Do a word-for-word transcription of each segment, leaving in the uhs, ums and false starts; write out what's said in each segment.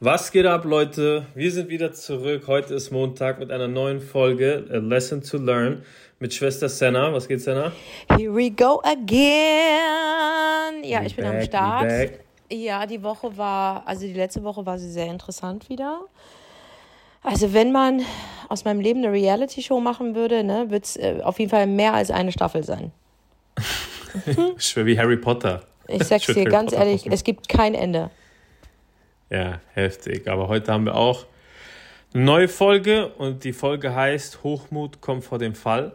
Was geht ab, Leute? Wir sind wieder zurück. Heute ist Montag mit einer neuen Folge A Lesson to Learn mit Schwester Senna. Was geht, Senna? Here we go again. Ja, We ich bin back, am we Start. back. Ja, die Woche war, also die letzte Woche war sie sehr interessant wieder. Also wenn man aus meinem Leben eine Reality-Show machen würde, ne, wird es äh, auf jeden Fall mehr als eine Staffel sein. Ich schwör wie Harry Potter. Ich sag's würd dir Harry ganz Potter ehrlich, gucken. es gibt kein Ende. Ja, heftig. Aber heute haben wir auch eine neue Folge und die Folge heißt Hochmut kommt vor dem Fall.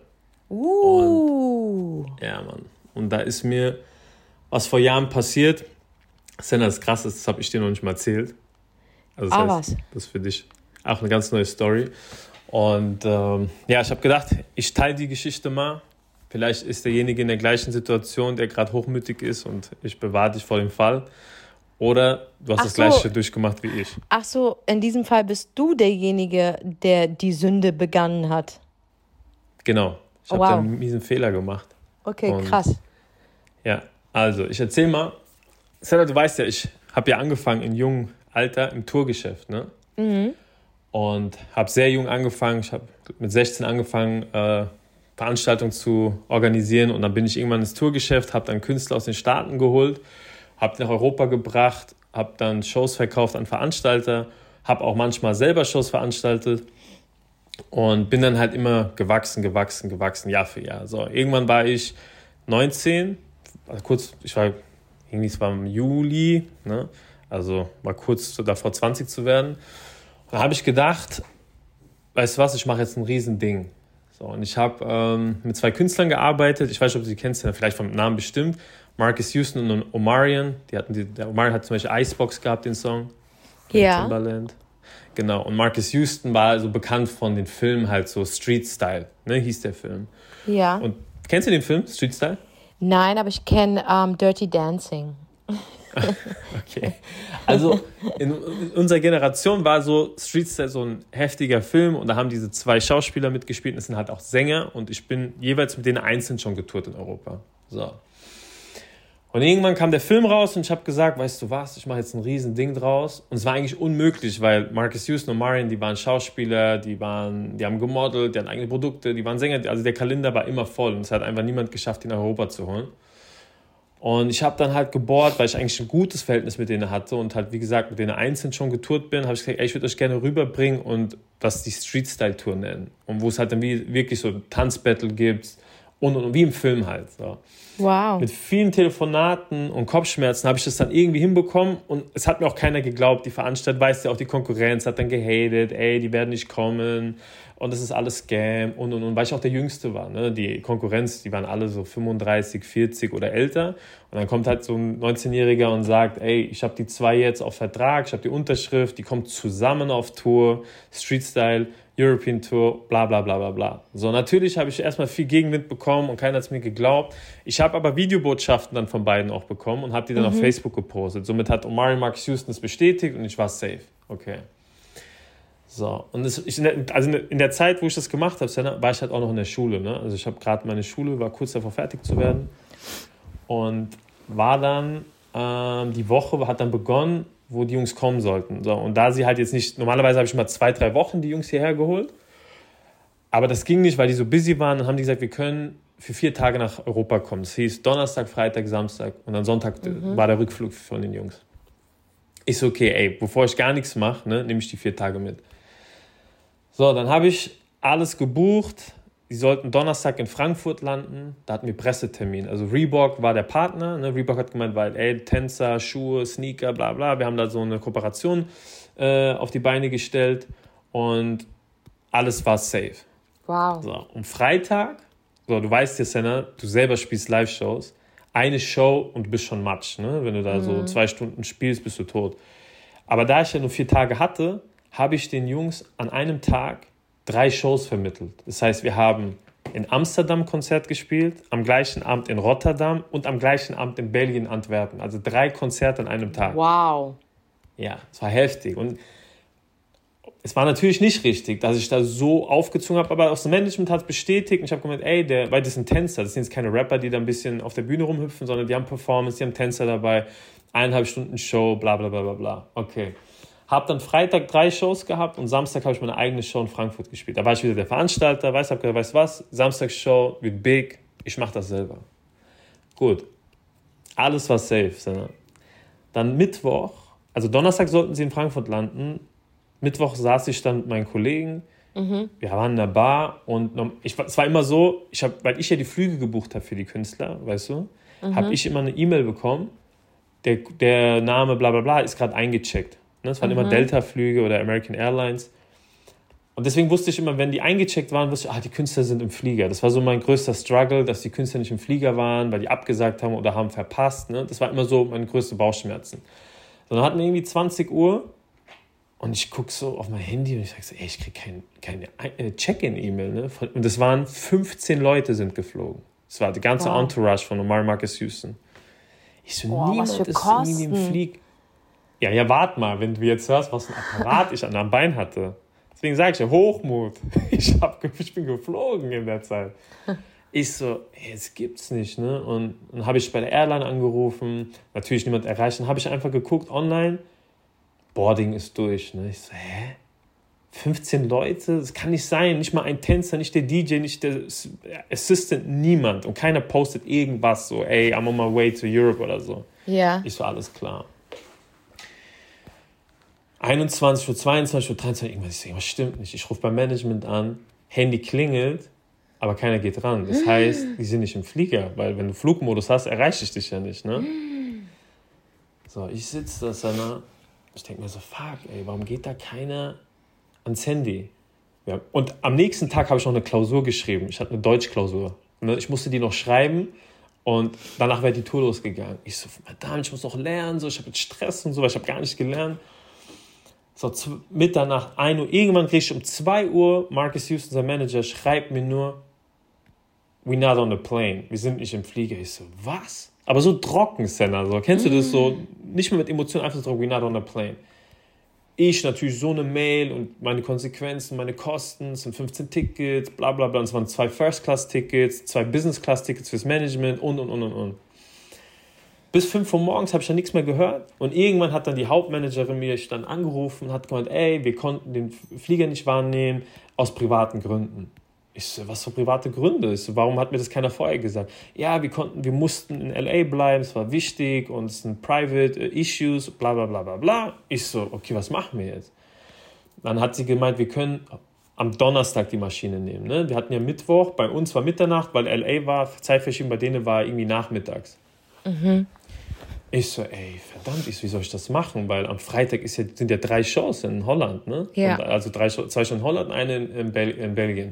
Uh. Ja, Mann. Und da ist mir was vor Jahren passiert. Senna, das Krasse ist, das habe ich dir noch nicht mal erzählt. Also das Ah, heißt, was? das ist für dich auch eine ganz neue Story. Und ähm, ja, ich habe gedacht, ich teile die Geschichte mal. Vielleicht ist derjenige in der gleichen Situation, der gerade hochmütig ist und ich bewahre dich vor dem Fall. Oder du hast Ach das so. Gleiche durchgemacht wie ich. Ach so, in diesem Fall bist du derjenige, der die Sünde begangen hat. Genau. Ich Oh, habe da wow. einen miesen Fehler gemacht. Okay, Und- krass. Ja, also ich erzähl mal. Senna, du weißt ja, ich habe ja angefangen in jungem Alter im Tourgeschäft, ne? Mhm. Und habe sehr jung angefangen. Ich habe mit sechzehn angefangen, äh, Veranstaltungen zu organisieren. Und dann bin ich irgendwann ins Tourgeschäft, habe dann Künstler aus den Staaten geholt, habe die nach Europa gebracht, habe dann Shows verkauft an Veranstalter, habe auch manchmal selber Shows veranstaltet und bin dann halt immer gewachsen, gewachsen, gewachsen, Jahr für Jahr. So, irgendwann war ich neunzehn, also kurz, ich war irgendwie, es war im Juli, ne? Also war kurz davor zwanzig zu werden. Da habe ich gedacht, weißt du was, ich mache jetzt ein Riesending. So, und ich habe ähm, mit zwei Künstlern gearbeitet. Ich weiß nicht, ob du sie kennst, vielleicht vom Namen bestimmt. Marcus Houston und Omarion. Die hatten die, der Omarion hat zum Beispiel Icebox gehabt, den Song. Ja. Timbaland. Genau. Und Marcus Houston war also bekannt von den Filmen halt so Street Style, ne, hieß der Film. Ja. Und kennst du den Film, Street Style? Nein, aber ich kenne ähm, Dirty Dancing. Okay. Also in, in unserer Generation war so Street Style so ein heftiger Film und da haben diese zwei Schauspieler mitgespielt und es sind halt auch Sänger und ich bin jeweils mit denen einzeln schon getourt in Europa. So. Und irgendwann kam der Film raus und ich habe gesagt, weißt du was, ich mache jetzt ein riesen Ding draus. Und es war eigentlich unmöglich, weil Marcus Houston und Marion, die waren Schauspieler, die waren, die haben gemodelt, die hatten eigene Produkte, die waren Sänger, also der Kalender war immer voll und es hat einfach niemand geschafft, ihn nach Europa zu holen. Und ich habe dann halt gebohrt, weil ich eigentlich ein gutes Verhältnis mit denen hatte und halt, wie gesagt, mit denen einzeln schon getourt bin, habe ich gesagt, ey, ich würde euch gerne rüberbringen und das die Street-Style-Tour nennen. Und wo es halt dann wie, wirklich so Tanzbattle gibt und, und, und wie im Film halt. So. Wow. Mit vielen Telefonaten und Kopfschmerzen habe ich das dann irgendwie hinbekommen und es hat mir auch keiner geglaubt. Die Veranstalter, weiß ja auch, die Konkurrenz hat dann gehatet, ey, die werden nicht kommen und das ist alles Scam und und und, weil ich auch der Jüngste war. Ne? Die Konkurrenz, die waren alle so fünfunddreißig, vierzig oder älter und dann kommt halt so ein neunzehnjähriger und sagt, ey, ich habe die zwei jetzt auf Vertrag, ich habe die Unterschrift, die kommen zusammen auf Tour, Street Style, European Tour, bla bla bla bla bla. So, natürlich habe ich erstmal viel Gegenwind bekommen und keiner hat es mir geglaubt. Ich habe aber Videobotschaften dann von beiden auch bekommen und habe die dann Mhm. auf Facebook gepostet. Somit hat Omari Marcus Houston es bestätigt und ich war safe. Okay. So, und das, ich, also in der Zeit, wo ich das gemacht habe, war ich halt auch noch in der Schule. Ne? Also ich habe gerade meine Schule, war kurz davor fertig zu werden und war dann, ähm, die Woche hat dann begonnen, wo die Jungs kommen sollten. So, und da sie halt jetzt nicht, normalerweise habe ich mal zwei, drei Wochen die Jungs hierher geholt, aber das ging nicht, weil die so busy waren. Dann haben die gesagt, wir können für vier Tage nach Europa kommen. Das hieß Donnerstag, Freitag, Samstag und dann Sonntag Mhm. war der Rückflug von den Jungs. Ich so, okay, ey, bevor ich gar nichts mache, ne, nehme ich die vier Tage mit. So, dann habe ich alles gebucht. Die sollten Donnerstag in Frankfurt landen. Da hatten wir Pressetermin. Also Reebok war der Partner. Ne? Reebok hat gemeint, weil, ey, Tänzer, Schuhe, Sneaker, bla bla. Wir haben da so eine Kooperation äh, auf die Beine gestellt. Und alles war safe. Wow. So, um Freitag, so, du weißt ja, Senna, du selber spielst Live-Shows. Eine Show und du bist schon matsch. Ne? Wenn du da so zwei Stunden spielst, bist du tot. Aber da ich ja nur vier Tage hatte, habe ich den Jungs an einem Tag drei Shows vermittelt. Das heißt, wir haben in Amsterdam Konzert gespielt, am gleichen Abend in Rotterdam und am gleichen Abend in Belgien, Antwerpen. Also drei Konzerte an einem Tag. Wow. Ja, es war heftig. Und es war natürlich nicht richtig, dass ich da so aufgezogen habe, aber auch das Management hat es bestätigt. Und ich habe gemeint, ey, der, weil das sind Tänzer, das sind jetzt keine Rapper, die da ein bisschen auf der Bühne rumhüpfen, sondern die haben Performance, die haben Tänzer dabei, eineinhalb Stunden Show, bla bla bla bla bla. Okay. Habe dann Freitag drei Shows gehabt und Samstag habe ich meine eigene Show in Frankfurt gespielt. Da war ich wieder der Veranstalter, weiß, hab gesagt, weißt du was, Samstagsshow wird big, ich mache das selber. Gut, alles war safe. So. Dann Mittwoch, also Donnerstag sollten sie in Frankfurt landen, Mittwoch saß ich dann mit meinen Kollegen, mhm. wir waren in der Bar und ich, es war immer so, ich hab, weil ich ja die Flüge gebucht habe für die Künstler, weißt du, mhm. habe ich immer eine E-Mail bekommen, der, der Name bla bla bla ist gerade eingecheckt. Es waren mhm. immer Delta-Flüge oder American Airlines. Und deswegen wusste ich immer, wenn die eingecheckt waren, wusste ich, ah, die Künstler sind im Flieger. Das war so mein größter Struggle, dass die Künstler nicht im Flieger waren, weil die abgesagt haben oder haben verpasst. Ne? Das war immer so meine größte Bauchschmerzen. So, dann hatten wir irgendwie zwanzig Uhr und ich gucke so auf mein Handy und ich sage so, ey, ich kriege kein, keine Check-in-E-Mail. Ne? Und das waren fünfzehn Leute sind geflogen. Das war die ganze wow. Entourage von Omar Marcus Houston. Ich so, oh, niemand ist irgendwie im Flieger. Ja, ja, warte mal, wenn du jetzt hörst, was ein Apparat ich an einem Bein hatte. Deswegen sage ich ja, Hochmut. Ich, hab, ich bin geflogen in der Zeit. Ich so, hey, das gibt's nicht, ne? Und dann habe ich bei der Airline angerufen, natürlich niemand erreicht. Dann habe ich einfach geguckt online, Boarding ist durch, ne? Ich so, hä? fünfzehn Leute? Das kann nicht sein. Nicht mal ein Tänzer, nicht der D J, nicht der Assistant, niemand. Und keiner postet irgendwas so, ey, I'm on my way to Europe oder so. Ja. Ich so, alles klar. einundzwanzig Uhr, zweiundzwanzig Uhr, dreiundzwanzig Uhr, irgendwas, ich denke, was stimmt nicht. Ich rufe beim Management an, Handy klingelt, aber keiner geht ran. Das heißt, die sind nicht im Flieger, weil wenn du Flugmodus hast, erreiche ich dich ja nicht, ne? So, ich sitze da, ne? Ich denke mir so, fuck, ey, warum geht da keiner ans Handy? Ja. Und am nächsten Tag habe ich noch eine Klausur geschrieben. Ich hatte eine Deutschklausur. Ich musste die noch schreiben und danach wäre die Tour losgegangen. Ich so, verdammt, ich muss noch lernen, so, ich habe jetzt Stress und so, weil ich habe gar nicht gelernt. So, zu, Mitternacht, ein Uhr, irgendwann kriege ich um zwei Uhr, Marcus Houston, sein Manager, schreibt mir nur, we're not on the plane, wir sind nicht im Flieger. Ich so, was? Aber so trocken, Senna, so, kennst mm. du das so, nicht mehr mit Emotionen, einfach so, we're not on the plane. Ich natürlich so eine Mail und meine Konsequenzen, meine Kosten, es sind fünfzehn Tickets, bla bla bla, und es waren zwei First-Class-Tickets, zwei Business-Class-Tickets fürs Management und, und, und, und, und. Bis fünf Uhr morgens habe ich dann nichts mehr gehört. Und irgendwann hat dann die Hauptmanagerin mich dann angerufen und hat gemeint, ey, wir konnten den Flieger nicht wahrnehmen, aus privaten Gründen. Ich so, was für private Gründe? Ich so, warum hat mir das keiner vorher gesagt? Ja, wir konnten, wir mussten in L A bleiben, es war wichtig und es sind private issues, bla bla bla bla bla. Ich so, okay, was machen wir jetzt? Dann hat sie gemeint, wir können am Donnerstag die Maschine nehmen. Ne? Wir hatten ja Mittwoch, bei uns war Mitternacht, weil L A war, Zeitverschiebung bei denen war irgendwie nachmittags. Mhm. Ich so, ey, verdammt, ich so, wie soll ich das machen? Weil am Freitag ist ja, sind ja drei Shows in Holland, ne? Ja. Und also drei, zwei Shows in Holland, eine in, in, Bel- in Belgien.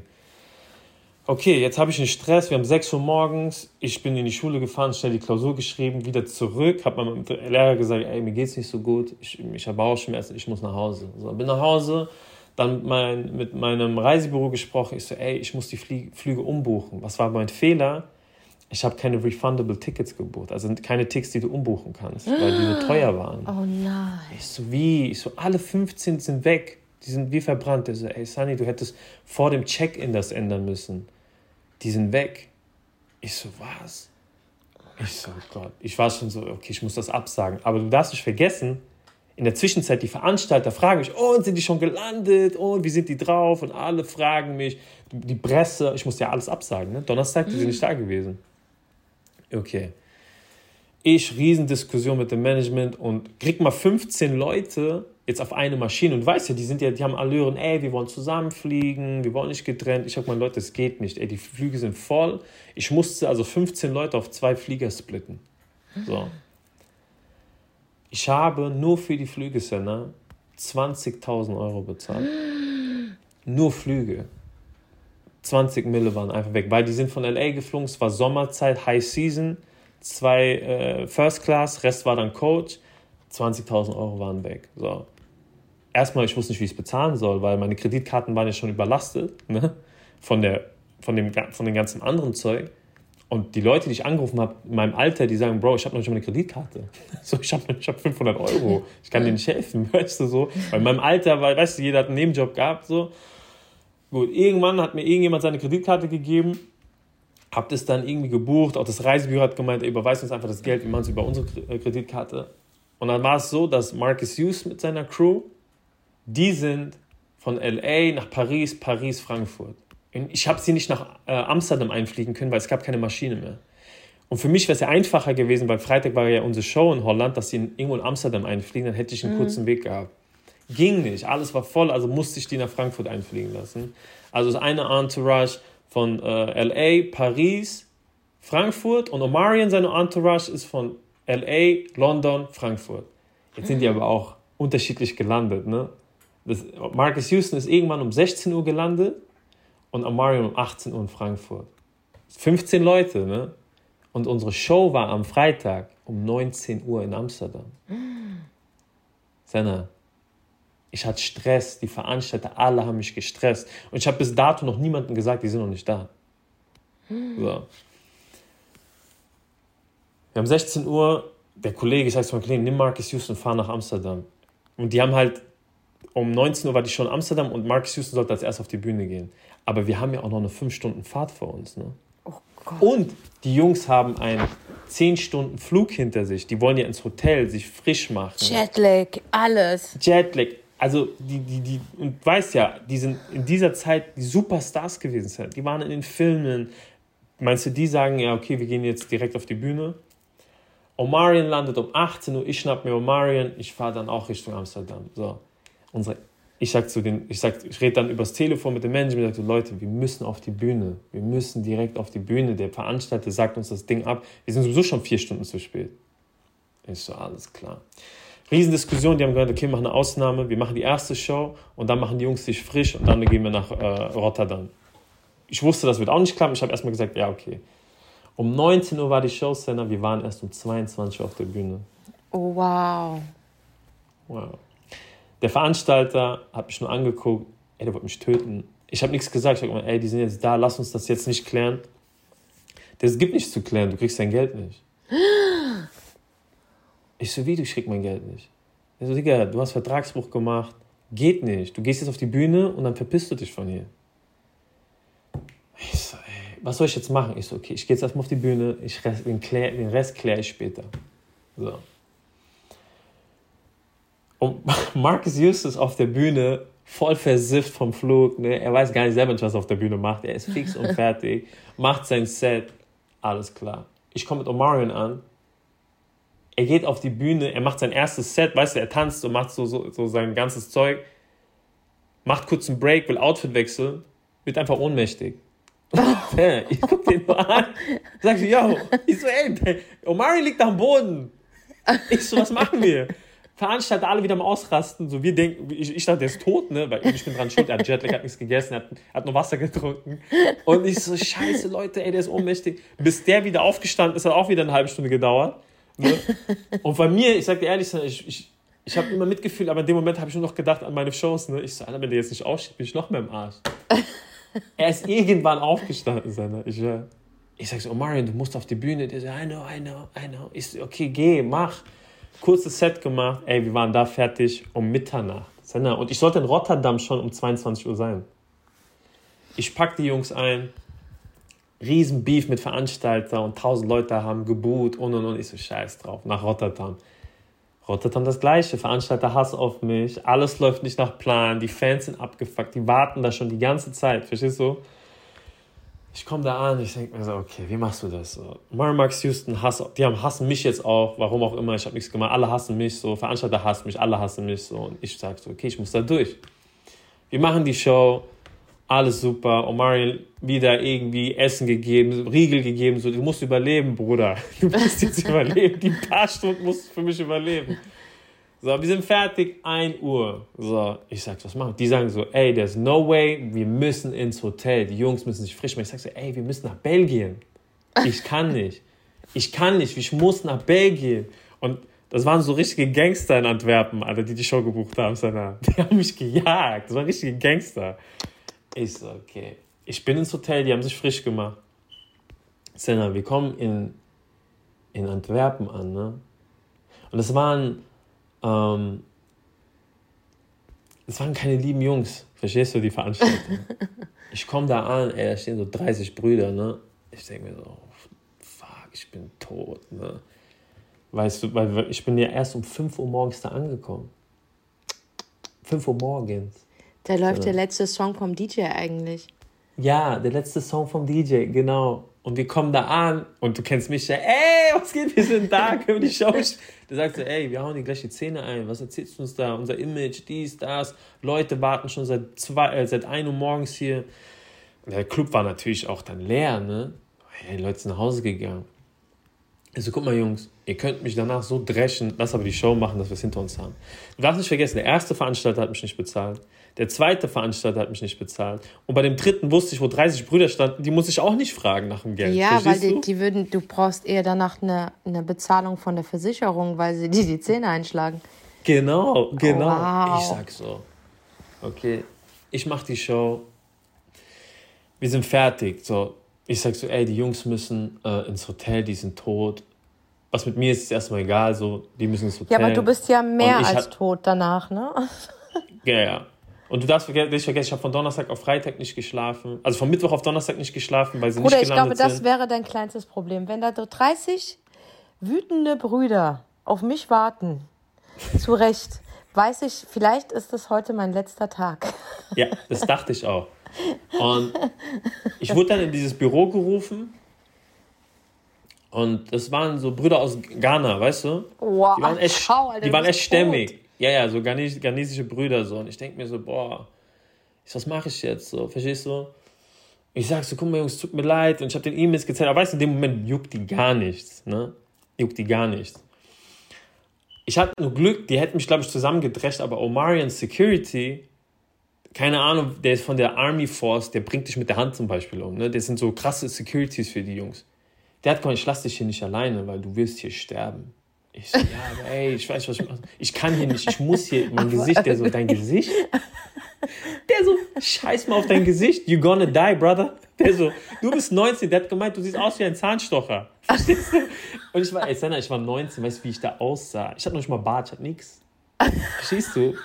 Okay, jetzt habe ich einen Stress, wir haben sechs Uhr morgens, ich bin in die Schule gefahren, schnell die Klausur geschrieben, wieder zurück, habe meinem Lehrer gesagt, ey, mir geht's nicht so gut, ich, ich habe Bauchschmerzen, ich muss nach Hause. So, bin nach Hause, dann mein, mit meinem Reisebüro gesprochen, ich so, ey, ich muss die Flie- Flüge umbuchen. Was war mein Fehler? Ich habe keine refundable Tickets gebucht, also keine Tickets, die du umbuchen kannst, weil die so teuer waren. Oh nein. Ich so, wie? Ich so, alle fünfzehn sind weg, die sind wie verbrannt. Ich so, ey, Sunny, du hättest vor dem Check-in das ändern müssen. Die sind weg. Ich so, was? Ich so, oh Gott. Ich war schon so, okay, ich muss das absagen. Aber du darfst nicht vergessen, in der Zwischenzeit, die Veranstalter fragen mich, oh, sind die schon gelandet? Und wie sind die drauf? Und alle fragen mich, die Presse, ich muss ja alles absagen. Ne? Donnerstag, die sind nicht da gewesen. Okay. Ich, Riesendiskussion mit dem Management und krieg mal fünfzehn Leute jetzt auf eine Maschine. Und du weißt ja, die sind ja, die haben Allüren, ey, wir wollen zusammenfliegen, wir wollen nicht getrennt. Ich sag mal, Leute, das geht nicht. Ey, die Flüge sind voll. Ich musste also fünfzehn Leute auf zwei Flieger splitten. So. Ich habe nur für die Flügesender zwanzigtausend Euro bezahlt. Nur Flüge. zwanzig Mille waren einfach weg, weil die sind von L A geflogen, es war Sommerzeit, High Season, zwei äh, First Class, Rest war dann Coach, zwanzigtausend Euro waren weg. So. Erstmal, ich wusste nicht, wie ich es bezahlen soll, weil meine Kreditkarten waren ja schon überlastet, ne? von, der, von, dem, von dem ganzen anderen Zeug. Und die Leute, die ich angerufen habe, in meinem Alter, die sagen, Bro, ich habe noch nicht mal eine Kreditkarte. So, ich habe ich hab fünfhundert Euro, ich kann dir nicht helfen, weißt du so. Weil in meinem Alter, weil, weißt du, jeder hat einen Nebenjob gehabt, so. Gut, irgendwann hat mir irgendjemand seine Kreditkarte gegeben, hab das dann irgendwie gebucht, auch das Reisebüro hat gemeint, ey, überweist uns einfach das Geld, wir machen es über unsere Kreditkarte. Und dann war es so, dass Marcus Hughes mit seiner Crew Die sind von L A nach Paris, Paris, Frankfurt. Und ich habe sie nicht nach äh, Amsterdam einfliegen können, weil es gab keine Maschine mehr. Und für mich wäre es ja einfacher gewesen, weil Freitag war ja unsere Show in Holland, dass sie in, irgendwo in Amsterdam einfliegen, dann hätte ich einen mhm. kurzen Weg gehabt. Ging nicht, alles war voll, also musste ich die nach Frankfurt einfliegen lassen. Also das eine Entourage von äh, L A, Paris, Frankfurt und Omarion, seine Entourage ist von L A, London, Frankfurt. Jetzt sind die aber auch unterschiedlich gelandet. Ne? Das, Marcus Houston ist irgendwann um sechzehn Uhr gelandet und Omarion um achtzehn Uhr in Frankfurt. fünfzehn Leute, ne? Und unsere Show war am Freitag um neunzehn Uhr in Amsterdam. Senna, ich hatte Stress, die Veranstalter, alle haben mich gestresst. Und ich habe bis dato noch niemandem gesagt, die sind noch nicht da. So. Wir haben sechzehn Uhr, der Kollege, ich sage zu meinem Kollegen, nimm Marcus Houston, fahr nach Amsterdam. Und die haben halt, um neunzehn Uhr war die Show in Amsterdam und Marcus Houston sollte als erst auf die Bühne gehen. Aber wir haben ja auch noch eine fünf Stunden Fahrt vor uns. Ne? Oh Gott. Und die Jungs haben einen zehn Stunden Flug hinter sich. Die wollen ja ins Hotel sich frisch machen. Jetlag, alles. Jetlag. Also, die, die, die, und weißt ja, die sind in dieser Zeit die Superstars gewesen. Die waren in den Filmen. Meinst du, die sagen, ja, okay, wir gehen jetzt direkt auf die Bühne? Omarion landet um achtzehn Uhr, ich schnapp mir Omarion, ich fahre dann auch Richtung Amsterdam. So, unsere, ich sag zu den, ich sag, ich rede dann übers Telefon mit dem Management, ich sag so, Leute, wir müssen auf die Bühne, wir müssen direkt auf die Bühne. Der Veranstalter sagt uns das Ding ab, wir sind sowieso schon vier Stunden zu spät. Ich so, alles klar. Riesendiskussion, die haben gesagt, okay, wir machen eine Ausnahme, wir machen die erste Show und dann machen die Jungs sich frisch und dann gehen wir nach äh, Rotterdam. Ich wusste, das wird auch nicht klappen, ich habe erstmal gesagt, ja, okay. Um neunzehn Uhr war die Showcenter, wir waren erst um zweiundzwanzig Uhr auf der Bühne. Oh, wow. Wow. Der Veranstalter hat mich nur angeguckt, ey, der wollte mich töten. Ich habe nichts gesagt, ich habe gesagt, ey, die sind jetzt da, lass uns das jetzt nicht klären. Das gibt nichts zu klären, du kriegst dein Geld nicht. Ich so, wie, du kriegst mein Geld nicht? Ich so, Digga, du hast Vertragsbruch gemacht, geht nicht. Du gehst jetzt auf die Bühne und dann verpisst du dich von hier. Ich so, ey, was soll ich jetzt machen? Ich so, okay, ich gehe jetzt erstmal auf die Bühne, ich rest, den, klär, den Rest kläre ich später. So. Und Marcus Houston ist auf der Bühne, voll versifft vom Flug, ne? Er weiß gar nicht selber, was er auf der Bühne macht. Er ist fix und fertig, macht sein Set, alles klar. Ich komme mit Omarion an, er geht auf die Bühne, er macht sein erstes Set, weißt du, er tanzt und macht so, so, so sein ganzes Zeug, macht kurz einen Break, will Outfit wechseln, wird einfach ohnmächtig. Ich guck den nur an, sag so, yo, ich so, ey, Omarion liegt am Boden. Ich so, was machen wir? Veranstalter alle wieder am Ausrasten, so wir denken, ich, ich dachte, der ist tot, ne, weil ich bin dran schuld, er hat Jetlag, hat nichts gegessen, er hat, hat nur Wasser getrunken und ich so, scheiße, Leute, ey, der ist ohnmächtig. Bis der wieder aufgestanden ist, hat auch wieder eine halbe Stunde gedauert, ne? Und bei mir, ich sag dir ehrlich, ich, ich, ich habe immer mitgefühlt, aber in dem Moment habe ich nur noch gedacht an meine Shows, ne, ich so, Alter, wenn der jetzt nicht aufsteht, bin ich noch mehr im Arsch. Er ist irgendwann aufgestanden, seine. Ich, ich sag so, Omarion, du musst auf die Bühne, der so, I know, I know, I know. Ich so, okay, geh, mach. Kurzes Set gemacht, ey, wir waren da fertig um Mitternacht. Und ich sollte in Rotterdam schon um zweiundzwanzig Uhr sein. Ich pack die Jungs ein, riesen Beef mit Veranstalter und tausend Leute haben geboot und und und. Ich so, scheiß drauf, nach Rotterdam. Rotterdam das Gleiche, Veranstalter Hass auf mich, alles läuft nicht nach Plan, die Fans sind abgefuckt, die warten da schon die ganze Zeit, verstehst du? Ich komme da an, ich denke mir so, okay, wie machst du das so? Marcus Houston, Hass, die haben, hassen mich jetzt auch, warum auch immer, ich habe nichts gemacht, alle hassen mich so, Veranstalter hassen mich, alle hassen mich so und ich sage so, okay, ich muss da durch. Wir machen die Show, alles super, Omarion wieder irgendwie Essen gegeben, Riegel gegeben, so, du musst überleben, Bruder, du musst jetzt überleben, die paar Stunden musst du für mich überleben. So, wir sind fertig, ein Uhr. So, ich sag, was machen wir? Die sagen so, ey, there's no way, wir müssen ins Hotel. Die Jungs müssen sich frisch machen. Ich sag so, ey, wir müssen nach Belgien. Ich kann nicht. Ich kann nicht, ich muss nach Belgien. Und das waren so richtige Gangster in Antwerpen, Alter, die die Show gebucht haben. Die haben mich gejagt. Das waren richtige Gangster. Ich so, okay. Ich bin ins Hotel, die haben sich frisch gemacht. Senna, wir kommen in, in Antwerpen an, ne? Und das waren... Ähm, das waren keine lieben Jungs, verstehst du, die Veranstalter? Ich komme da an, ey, da stehen so dreißig Brüder, ne? Ich denke mir so, fuck, ich bin tot, ne? Weißt du, weil ich bin ja erst um fünf Uhr morgens da angekommen. fünf Uhr morgens. Da läuft so. Der letzte Song vom D J eigentlich. Ja, der letzte Song vom D J, genau. Und wir kommen da an und du kennst mich ja, ey, was geht, wir sind da, können wir die Show... Du sagst so, ey, wir hauen die gleich die Zähne ein, was erzählst du uns da? Unser Image, dies, das, Leute warten schon seit zwei, äh, seit ein Uhr morgens hier. Der Club war natürlich auch dann leer, ne? Hey, die Leute sind nach Hause gegangen. Ich so, guck mal, Jungs, ihr könnt mich danach so dreschen, lass aber die Show machen, dass wir es hinter uns haben. Du darfst nicht vergessen, der erste Veranstalter hat mich nicht bezahlt, der zweite Veranstalter hat mich nicht bezahlt und bei dem dritten wusste ich, wo dreißig Brüder standen, die muss ich auch nicht fragen nach dem Geld. Ja, weil Verstehst die, du? die würden, du brauchst eher danach eine, eine Bezahlung von der Versicherung, weil sie dir die Zähne einschlagen. Genau, genau. Wow. Ich sag so, okay, ich mach die Show, wir sind fertig, so. Ich sag so, ey, die Jungs müssen äh, ins Hotel, die sind tot. Was mit mir ist, ist erstmal egal, so, die müssen ins Hotel. Ja, aber du bist ja mehr Und ich als hat- tot danach, ne? Ja, ja. Und du darfst verge- nicht vergessen, ich habe von Donnerstag auf Freitag nicht geschlafen. Also von Mittwoch auf Donnerstag nicht geschlafen, weil sie Bruder, nicht ich glaube, gelandet das sind. wäre dein kleinstes Problem. Wenn da so dreißig wütende Brüder auf mich warten, zu Recht, weiß ich, vielleicht ist das heute mein letzter Tag. Ja, das dachte ich auch. Und ich wurde dann in dieses Büro gerufen. Und das waren so Brüder aus Ghana, weißt du? Wow, Die waren echt, schau, Alter, die du waren bist echt stämmig. tot. Ja, ja, so ghanes- ghanesische Brüder so. Und ich denke mir so, boah, ich so, was mache ich jetzt? So, verstehst du? Ich sag so, guck mal, Jungs, tut mir leid. Und ich habe den E-Mails gezeigt. Aber weißt du, in dem Moment juckt die gar nichts. Ne? Juckt die gar nichts. Ich hatte nur Glück, die hätten mich, glaube ich, zusammengedrescht. Aber Omarian Security, keine Ahnung, der ist von der Army Force, der bringt dich mit der Hand zum Beispiel um. Ne? Das sind so krasse Securities für die Jungs. Der hat gesagt, ich lass dich hier nicht alleine, weil du wirst hier sterben. Ich so, ja, aber ey, ich weiß, was ich mache. Ich kann hier nicht, ich muss hier, mein Gesicht, der so, dein Gesicht? Der so, scheiß mal auf dein Gesicht, you gonna die, brother. Der so, du bist neunzehn, der hat gemeint, du siehst aus wie ein Zahnstocher. Verstehst du? Und ich war, ey, Senna, ich war neunzehn, weißt du, wie ich da aussah? Ich hatte noch nicht mal Bart, ich hatte nix. Verstehst du?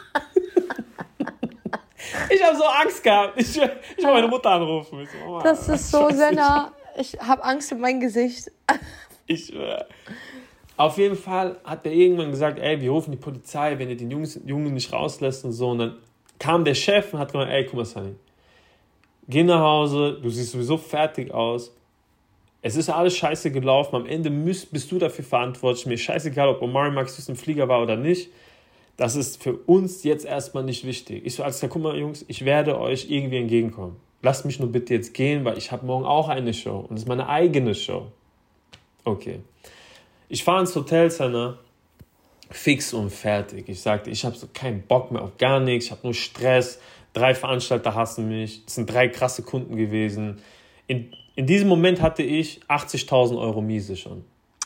Ich habe so Angst gehabt. Ich, ich wollte meine Mutter anrufen. Ich so, Mama, Das ist so, scheiße, Senna, ich habe Angst um mein Gesicht. Ich, äh, auf jeden Fall hat er irgendwann gesagt, ey, wir rufen die Polizei, wenn ihr den Jungs, Jungen nicht rauslässt und so. Und dann kam der Chef und hat gesagt, ey, guck mal, Sunny, geh nach Hause, du siehst sowieso fertig aus. Es ist alles scheiße gelaufen. Am Ende müsst, bist du dafür verantwortlich. Mir ist scheißegal, ob Omari Maxis im Flieger war oder nicht. Das ist für uns jetzt erstmal nicht wichtig. Ich so, alles klar, guck mal, Jungs, ich werde euch irgendwie entgegenkommen. Lasst mich nur bitte jetzt gehen, weil ich habe morgen auch eine Show. Und das ist meine eigene Show. Okay. Ich fahre ins Hotel, Senna, fix und fertig. Ich sagte, ich habe so keinen Bock mehr auf gar nichts. Ich habe nur Stress. Drei Veranstalter hassen mich. Das sind drei krasse Kunden gewesen. In, in diesem Moment hatte ich achtzigtausend Euro Miese schon.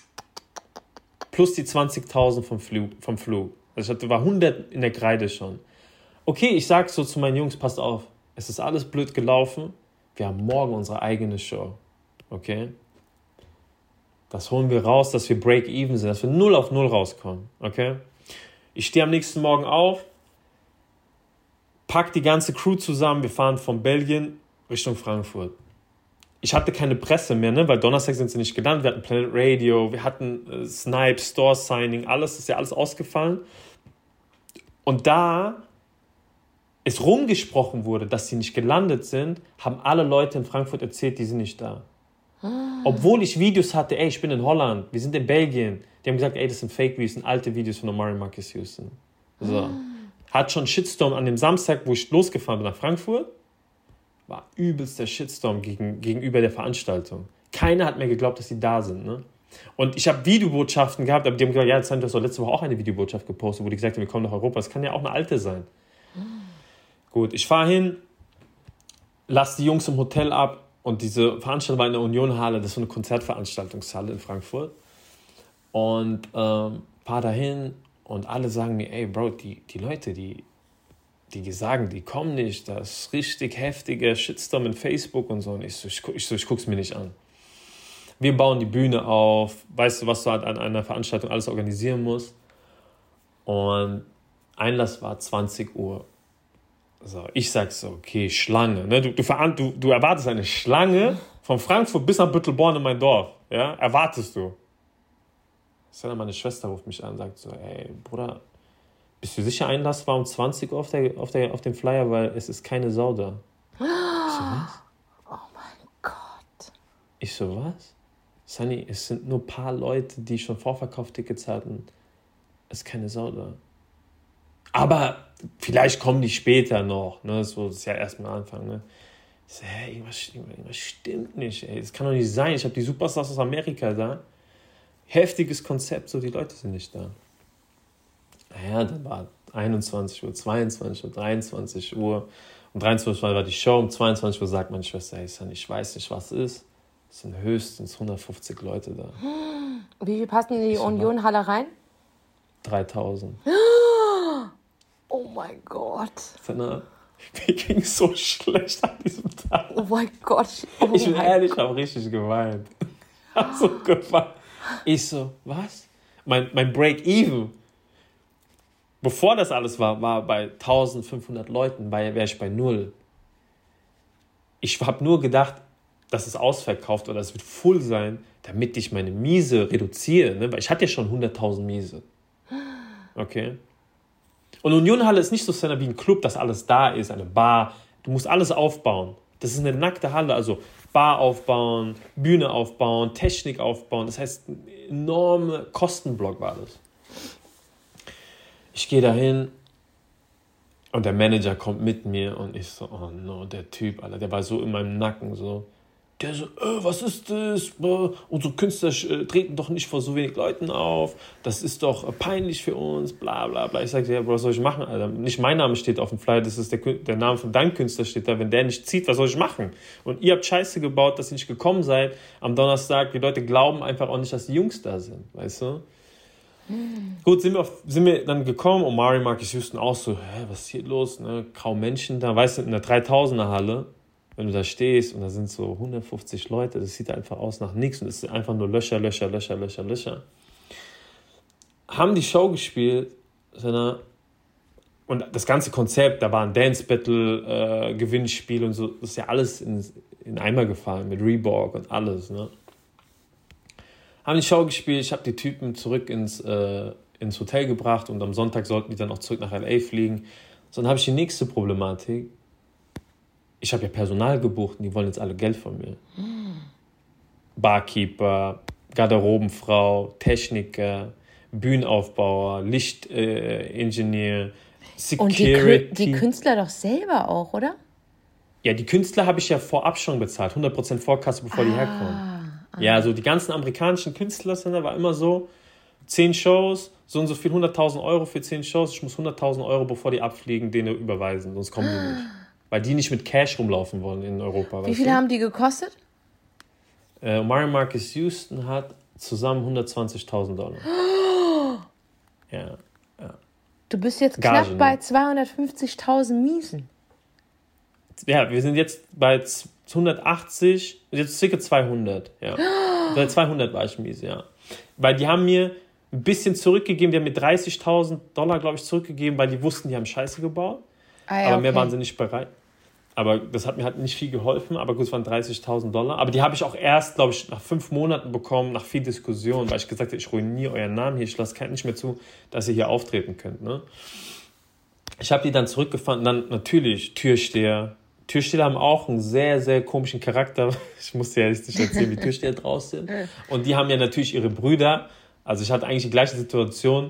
Plus die zwanzigtausend vom Flug. Vom Flug. Also ich hatte, war hundert in der Kreide schon. Okay, ich sag so zu meinen Jungs, passt auf. Es ist alles blöd gelaufen. Wir haben morgen unsere eigene Show. Okay? Das holen wir raus, dass wir Break-Even sind, dass wir null auf null rauskommen. Okay? Ich stehe am nächsten Morgen auf, pack die ganze Crew zusammen, wir fahren von Belgien Richtung Frankfurt. Ich hatte keine Presse mehr, ne? Weil Donnerstag sind sie nicht gelandet. Wir hatten Planet Radio, wir hatten äh, Snipe, Store Signing, alles, ist ja alles ausgefallen. Und da es rumgesprochen wurde, dass sie nicht gelandet sind, haben alle Leute in Frankfurt erzählt, die sind nicht da. Obwohl ich Videos hatte, ey, ich bin in Holland, wir sind in Belgien. Die haben gesagt, ey, das sind Fake-Videos, das sind alte Videos von Omari Marcus Houston. So. Hat schon Shitstorm an dem Samstag, wo ich losgefahren bin nach Frankfurt, war übelst der Shitstorm gegen, gegenüber der Veranstaltung. Keiner hat mir geglaubt, dass die da sind. Ne? Und ich habe Videobotschaften gehabt, aber die haben gesagt, ja, jetzt haben wir doch letzte Woche auch eine Videobotschaft gepostet, wo die gesagt haben, wir kommen nach Europa. Das kann ja auch eine alte sein. Gut, ich fahre hin, lass die Jungs im Hotel ab und diese Veranstaltung war in der Unionhalle, das ist so eine Konzertveranstaltungshalle in Frankfurt. Und ähm, fahr dahin und alle sagen mir, ey Bro, die, die Leute, die, die sagen, die kommen nicht, das ist richtig heftiger Shitstorm in Facebook und so. Und ich so, ich, ich, so, ich guck's mir nicht an. Wir bauen die Bühne auf, weißt du, was du halt an einer Veranstaltung alles organisieren musst. Und Einlass war zwanzig Uhr. So, ich sag so, okay, Schlange. Ne? Du, du, du, du erwartest eine Schlange von Frankfurt bis nach Büttelborn in mein Dorf. Ja? Erwartest du. Meine Schwester ruft mich an und sagt so, ey, Bruder, bist du sicher, Einlass war um zwanzig Uhr auf, der, auf, der, auf dem Flyer, weil es ist keine Sau da. Ich so, was? Oh mein Gott. Ich so, was? Sunny, es sind nur ein paar Leute, die schon Vorverkauftickets hatten. Es ist keine Sau da. Aber vielleicht kommen die später noch. Ne? So, das ist ja erstmal Anfang. Ne? Ich so, hä, irgendwas, irgendwas stimmt nicht. Ey. Das kann doch nicht sein. Ich habe die Superstars aus Amerika da. Heftiges Konzept, so die Leute sind nicht da. Naja, dann war einundzwanzig Uhr, zweiundzwanzig Uhr, dreiundzwanzig Uhr. Um dreiundzwanzig Uhr war die Show. Um zweiundzwanzig Uhr sagt meine Schwester, hey Sunny, ich weiß nicht, was ist. Es sind höchstens hundertfünfzig Leute da. Wie viel passen in die Union-Halle rein? dreitausend. Oh mein Gott. Mir ging es so schlecht an diesem Tag. Oh mein Gott. Oh ich bin ehrlich, ich Gott. habe richtig geweint. Ich habe so geweint. Ich so, was? Mein, mein Break-Even, bevor das alles war, war bei eintausendfünfhundert Leuten, wäre ich bei null. Ich habe nur gedacht, dass es ausverkauft oder es wird full sein, damit ich meine Miese reduziere. Ne? Weil ich hatte ja schon hunderttausend Miese. Okay? Und Unionhalle ist nicht so wie ein Club, dass alles da ist, eine Bar. Du musst alles aufbauen. Das ist eine nackte Halle, also Bar aufbauen, Bühne aufbauen, Technik aufbauen. Das heißt, ein enormer Kostenblock war das. Ich gehe dahin und der Manager kommt mit mir und ich so, oh no, der Typ, Alter, der war so in meinem Nacken so. Der so, äh, was ist das? Unsere Künstler äh, treten doch nicht vor so wenig Leuten auf. Das ist doch äh, peinlich für uns, bla bla bla. Ich sage, ja, Bro, was soll ich machen, Alter? Nicht mein Name steht auf dem Flyer, das ist der, der Name von deinem Künstler steht da. Wenn der nicht zieht, was soll ich machen? Und ihr habt Scheiße gebaut, dass ihr nicht gekommen seid am Donnerstag. Die Leute glauben einfach auch nicht, dass die Jungs da sind, weißt du? Mhm. Gut, sind wir, auf, sind wir dann gekommen und Mari, Marcus Houston auch so, hä, was ist hier los? Ne? Kaum Menschen da, weißt du, in der dreitausender Halle. Wenn du da stehst und da sind so hundertfünfzig Leute, das sieht einfach aus nach nichts und es ist einfach nur Löcher, Löcher, Löcher, Löcher, Löcher. Haben die Show gespielt und das ganze Konzept, da war ein Dance-Battle, äh, Gewinnspiel und so, das ist ja alles in, in Eimer gefallen mit Reebok und alles. Ne? Haben die Show gespielt, ich habe die Typen zurück ins, äh, ins Hotel gebracht und am Sonntag sollten die dann auch zurück nach L A fliegen. So, dann habe ich die nächste Problematik. Ich habe ja Personal gebucht und die wollen jetzt alle Geld von mir. Mm. Barkeeper, Garderobenfrau, Techniker, Bühnenaufbauer, Lichtingenieur, äh, Security. Und die, die Künstler doch selber auch, oder? Ja, die Künstler habe ich ja vorab schon bezahlt, hundert Prozent Vorkasse, bevor ah, die herkommen. Ah. Ja, also die ganzen amerikanischen Künstler sind da war immer so, zehn Shows, so und so viel, hunderttausend Euro für zehn Shows. Ich muss hunderttausend Euro, bevor die abfliegen, denen überweisen, sonst kommen die nicht. Weil die nicht mit Cash rumlaufen wollen in Europa. Wie viel du? haben die gekostet? Äh, Mari Marcus Houston hat zusammen hundertzwanzigtausend Dollar. Oh. Ja, ja. Du bist jetzt Gage, knapp bei zweihundertfünfzigtausend Miesen. Ja, wir sind jetzt bei hundertachtzig, jetzt circa zweihundert. Ja. Oh. Bei zweihundert war ich mies, ja. Weil die haben mir ein bisschen zurückgegeben, die haben mir dreißigtausend Dollar, glaube ich, zurückgegeben, weil die wussten, die haben Scheiße gebaut. Ah, ja, aber mehr okay. waren sie nicht bereit. Aber das hat mir halt nicht viel geholfen. Aber gut, es waren dreißigtausend Dollar. Aber die habe ich auch erst, glaube ich, nach fünf Monaten bekommen, nach viel Diskussion, weil ich gesagt habe, ich ruiniere euren Namen hier. Ich lasse keinen nicht mehr zu, dass ihr hier auftreten könnt. Ne? Ich habe die dann zurückgefahren. Dann natürlich Türsteher. Türsteher haben auch einen sehr, sehr komischen Charakter. Ich muss dir ja nicht erzählen, wie Türsteher draußen sind. Und die haben ja natürlich ihre Brüder. Also ich hatte eigentlich die gleiche Situation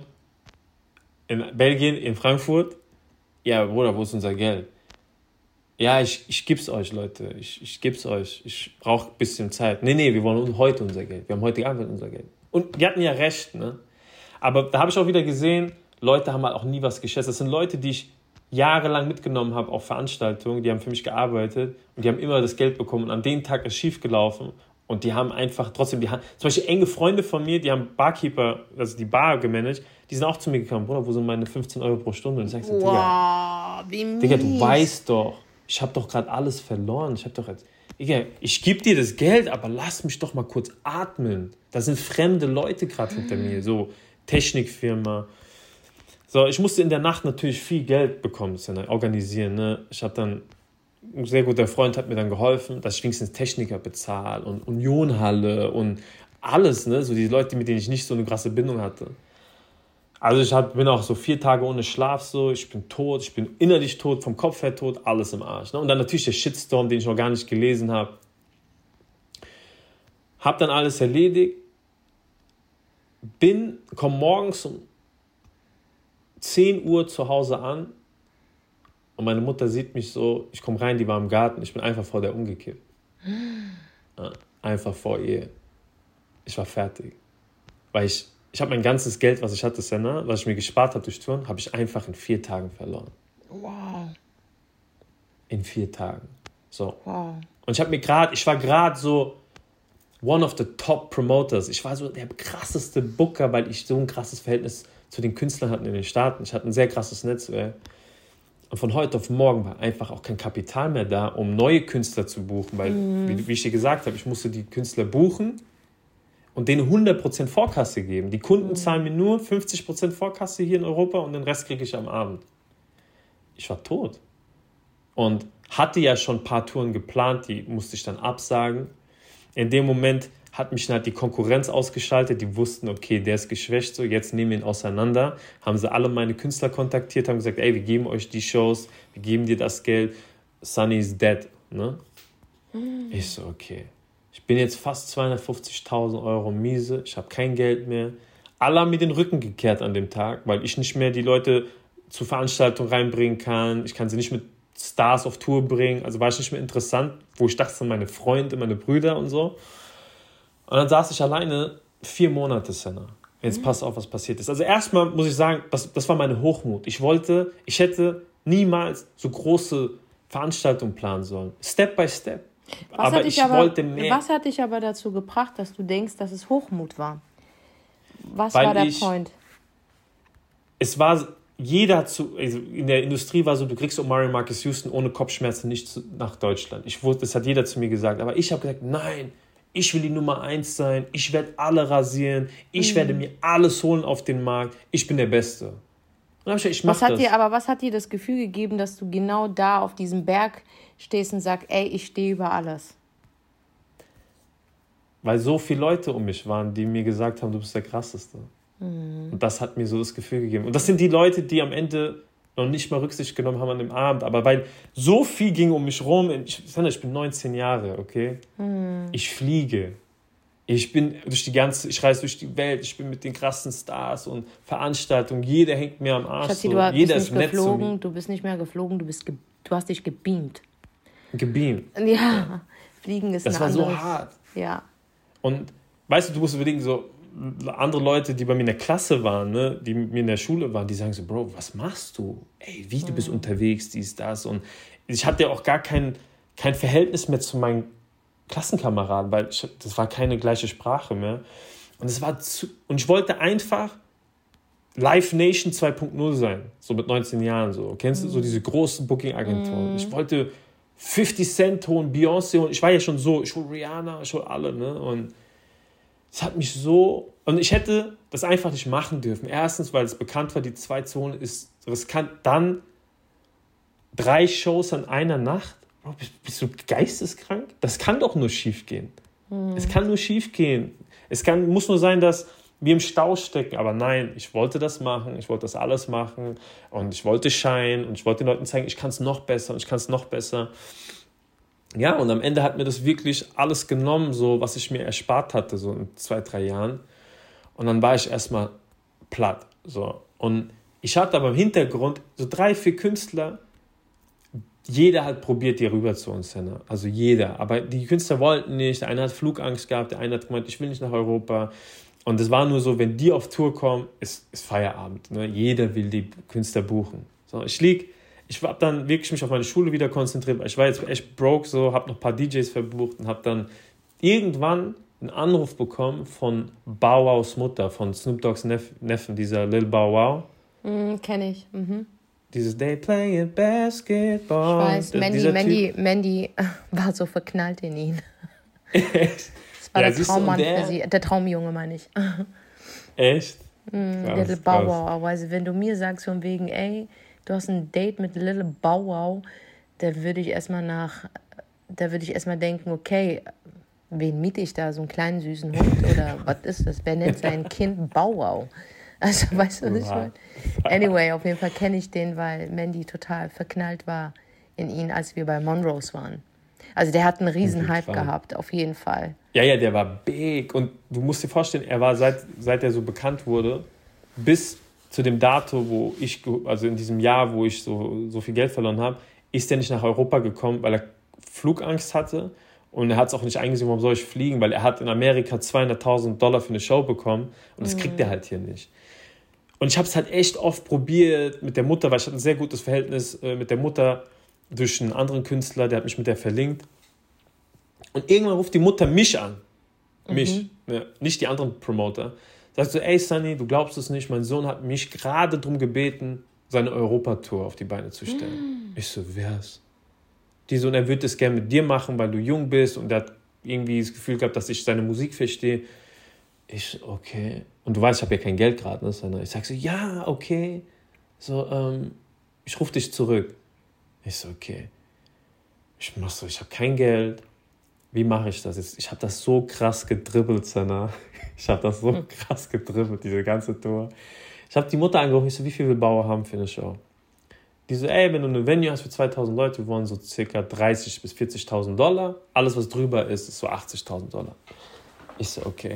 in Belgien, in Frankfurt. Ja, Bruder, wo ist unser Geld? Ja, ich, ich geb's euch, Leute. Ich, ich geb's euch. Ich brauche ein bisschen Zeit. Nee, nee, wir wollen heute unser Geld. Wir haben heute Abend unser Geld. Und die hatten ja recht, ne? Aber da habe ich auch wieder gesehen, Leute haben halt auch nie was geschätzt. Das sind Leute, die ich jahrelang mitgenommen habe auf Veranstaltungen. Die haben für mich gearbeitet und die haben immer das Geld bekommen. Und an dem Tag ist schief gelaufen. Und die haben einfach trotzdem, die haben, zum Beispiel enge Freunde von mir, die haben Barkeeper, also die Bar gemanagt, die sind auch zu mir gekommen. Bruder, wo sind meine fünfzehn Euro pro Stunde? Und ich sag so, wow, Digga, wie mies. Digga, du weißt doch, ich habe doch gerade alles verloren. Ich habe doch jetzt, Digga, ich gebe dir das Geld, aber lass mich doch mal kurz atmen. Da sind fremde Leute gerade hinter mir, so Technikfirma. So, ich musste in der Nacht natürlich viel Geld bekommen, das ja organisieren. Ne? Ich habe dann, ein sehr guter Freund hat mir dann geholfen, dass ich wenigstens Techniker bezahle und Unionhalle und alles, ne? So die Leute, mit denen ich nicht so eine krasse Bindung hatte. Also ich hab, bin auch so vier Tage ohne Schlaf so, ich bin tot, ich bin innerlich tot, vom Kopf her tot, alles im Arsch. Ne? Und dann natürlich der Shitstorm, den ich noch gar nicht gelesen habe. Hab dann alles erledigt, bin, komm morgens um zehn Uhr zu Hause an und meine Mutter sieht mich so, ich komme rein, die war im Garten, ich bin einfach vor der umgekippt. Ja, einfach vor ihr. Ich war fertig. Weil ich, ich habe mein ganzes Geld, was ich hatte, Senna, was ich mir gespart habe durch Touren, habe ich einfach in vier Tagen verloren. Wow. In vier Tagen. So. Wow. Und ich habe mir gerade, ich war gerade so one of the top promoters. Ich war so der krasseste Booker, weil ich so ein krasses Verhältnis zu den Künstlern hatte in den Staaten. Ich hatte ein sehr krasses Netzwerk. Und von heute auf morgen war einfach auch kein Kapital mehr da, um neue Künstler zu buchen. Weil, mm. wie, wie ich dir gesagt habe, ich musste die Künstler buchen und denen hundert Prozent Vorkasse geben. Die Kunden mm. zahlen mir nur fünfzig Prozent Vorkasse hier in Europa und den Rest kriege ich am Abend. Ich war tot. Und hatte ja schon ein paar Touren geplant, die musste ich dann absagen. In dem Moment hat mich dann halt die Konkurrenz ausgeschaltet. Die wussten, okay, der ist geschwächt, so jetzt nehmen wir ihn auseinander. Haben sie alle meine Künstler kontaktiert, haben gesagt, ey, wir geben euch die Shows, wir geben dir das Geld. Sunny is dead. Ne? Mm. Ich so, okay. Ich bin jetzt fast zweihundertfünfzigtausend Euro miese, ich habe kein Geld mehr. Alle haben mir den Rücken gekehrt an dem Tag, weil ich nicht mehr die Leute zur Veranstaltung reinbringen kann. Ich kann sie nicht mit Stars auf Tour bringen. Also war ich nicht mehr interessant, wo ich dachte, meine Freunde, meine Brüder und so. Und dann saß ich alleine vier Monate, Senna. Jetzt mhm. pass auf, was passiert ist. Also erstmal muss ich sagen, das, das war meine Hochmut. Ich wollte, ich hätte niemals so große Veranstaltungen planen sollen. Step by step. Was aber ich aber, wollte mehr. Was hat dich aber dazu gebracht, dass du denkst, dass es Hochmut war? Was Weil war der ich, Point? Es war, jeder zu, also in der Industrie war so, du kriegst Omari Marcus Houston ohne Kopfschmerzen nicht zu, nach Deutschland. Ich wusste, das hat jeder zu mir gesagt. Aber ich habe gesagt, nein, ich will die Nummer eins sein, ich werde alle rasieren, ich mhm. werde mir alles holen auf den Markt, ich bin der Beste. Und dann hab ich gesagt, ich mach was hat das. Dir, aber was hat dir das Gefühl gegeben, dass du genau da auf diesem Berg stehst und sagst, ey, ich stehe über alles? Weil so viele Leute um mich waren, die mir gesagt haben, du bist der Krasseste. Mhm. Und das hat mir so das Gefühl gegeben. Und das sind die Leute, die am Ende noch nicht mal Rücksicht genommen haben an dem Abend. Aber weil so viel ging um mich rum, ich, ich bin neunzehn Jahre, okay? Mhm. Ich fliege. Ich bin durch die ganze, ich reise durch die Welt, ich bin mit den krassen Stars und Veranstaltungen, jeder hängt mir am Arsch. Schatzi, so. du Jeder bist ist nicht nett geflogen, zu mir. du bist nicht mehr geflogen, du, bist ge- du hast dich gebeamt. Gebeamt. Ja, ja. Fliegen ist das ein war anderes. so hart. Ja. Und weißt du, du musst überlegen, so andere Leute, die bei mir in der Klasse waren, ne, die mit mir in der Schule waren, die sagen so, Bro, was machst du? Ey, wie, du bist mhm. unterwegs, dies, das. Und ich hatte ja auch gar kein, kein Verhältnis mehr zu meinen Klassenkameraden, weil ich, das war keine gleiche Sprache mehr. Und es war zu, und ich wollte einfach Live Nation zwei Punkt null sein, so mit neunzehn Jahren. So. Kennst mhm. du so diese großen Booking-Agenturen? Mhm. Ich wollte fifty Cent holen, Beyoncé holen. Ich war ja schon so, ich hole Rihanna, ich hole alle. Ne? Und es hat mich so... Und ich hätte das einfach nicht machen dürfen. Erstens, weil es bekannt war, die zwei zu holen ist riskant. Dann drei Shows an einer Nacht. Oh, bist, bist du geisteskrank? Das kann doch nur schief gehen. Mhm. Es kann nur schief gehen. Es kann, muss nur sein, dass wir im Stau stecken. Aber nein, ich wollte das machen. Ich wollte das alles machen. Und ich wollte shine. Und ich wollte den Leuten zeigen, ich kann es noch besser. Und ich kann es noch besser. Ja, und am Ende hat mir das wirklich alles genommen, so was ich mir erspart hatte, so in zwei, drei Jahren. Und dann war ich erstmal platt. So. Und ich hatte aber im Hintergrund so drei, vier Künstler, jeder hat probiert, hier rüber zu uns hin. Also jeder. Aber die Künstler wollten nicht. Der eine hat Flugangst gehabt, der eine hat gemeint, ich will nicht nach Europa. Und es war nur so, wenn die auf Tour kommen, ist, ist Feierabend. Ne? Jeder will die Künstler buchen. So, ich lieg, ich habe dann wirklich mich auf meine Schule wieder konzentriert, weil ich war jetzt echt broke, so, habe noch ein paar D Js verbucht und habe dann irgendwann einen Anruf bekommen von Bow Wows Mutter, von Snoop Dogg's Neff- Neffen, dieser Lil Bow Wow. Mm, kenn ich. Mhm. Dieses They play basketball. Ich weiß, Mandy, Mandy, Mandy war so verknallt in ihn. Echt? Das war ja, der Traummann der? für sie. Der Traumjunge, meine ich. Echt? Mm, der Lil Bow Wow. Also wenn du mir sagst von wegen, ey, du hast ein Date mit Lil Bow Wow, da würde ich erstmal nach, da würde ich erstmal denken, okay, wen miete ich da? So einen kleinen süßen Hund? Oder was ist das? Wer nennt sein Kind Bow Wow? Also, weißt du, was ich meine? Anyway, auf jeden Fall kenne ich den, weil Mandy total verknallt war in ihn, als wir bei Monrose waren. Also der hat einen riesen Hype gehabt, auf jeden Fall. Ja, ja, der war big. Und du musst dir vorstellen, er war seit, seit er so bekannt wurde, bis zu dem Datum, wo ich, also in diesem Jahr, wo ich so, so viel Geld verloren habe, ist er nicht nach Europa gekommen, weil er Flugangst hatte. Und er hat es auch nicht eingesehen, warum soll ich fliegen, weil er hat in Amerika zweihunderttausend Dollar für eine Show bekommen und das kriegt er halt hier nicht. Und ich habe es halt echt oft probiert mit der Mutter, weil ich hatte ein sehr gutes Verhältnis äh, mit der Mutter durch einen anderen Künstler, der hat mich mit der verlinkt. Und irgendwann ruft die Mutter mich an. Mich, mhm. ja, nicht die anderen Promoter. Sagt so, ey Sunny, du glaubst es nicht, mein Sohn hat mich gerade darum gebeten, seine Europatour auf die Beine zu stellen. Mhm. Ich so, wer's? Die so, und er würde es gerne mit dir machen, weil du jung bist und er hat irgendwie das Gefühl gehabt, dass ich seine Musik verstehe. Ich so, okay. Und du weißt, ich habe ja kein Geld gerade, ne? Ich sag so, ja, okay. So, ähm, ich rufe dich zurück. Ich so, okay. Ich mach so, ich habe kein Geld. Wie mache ich das jetzt? Ich habe das so krass gedribbelt, Senna. Ich habe das so krass gedribbelt, diese ganze Tour. Ich habe die Mutter angerufen, ich so, wie viel will Bauer haben für eine Show? Die so, ey, wenn du eine Venue hast für zweitausend Leute, wir wollen so circa dreißigtausend bis vierzigtausend Dollar. Alles, was drüber ist, ist so achtzigtausend Dollar. Ich so, okay.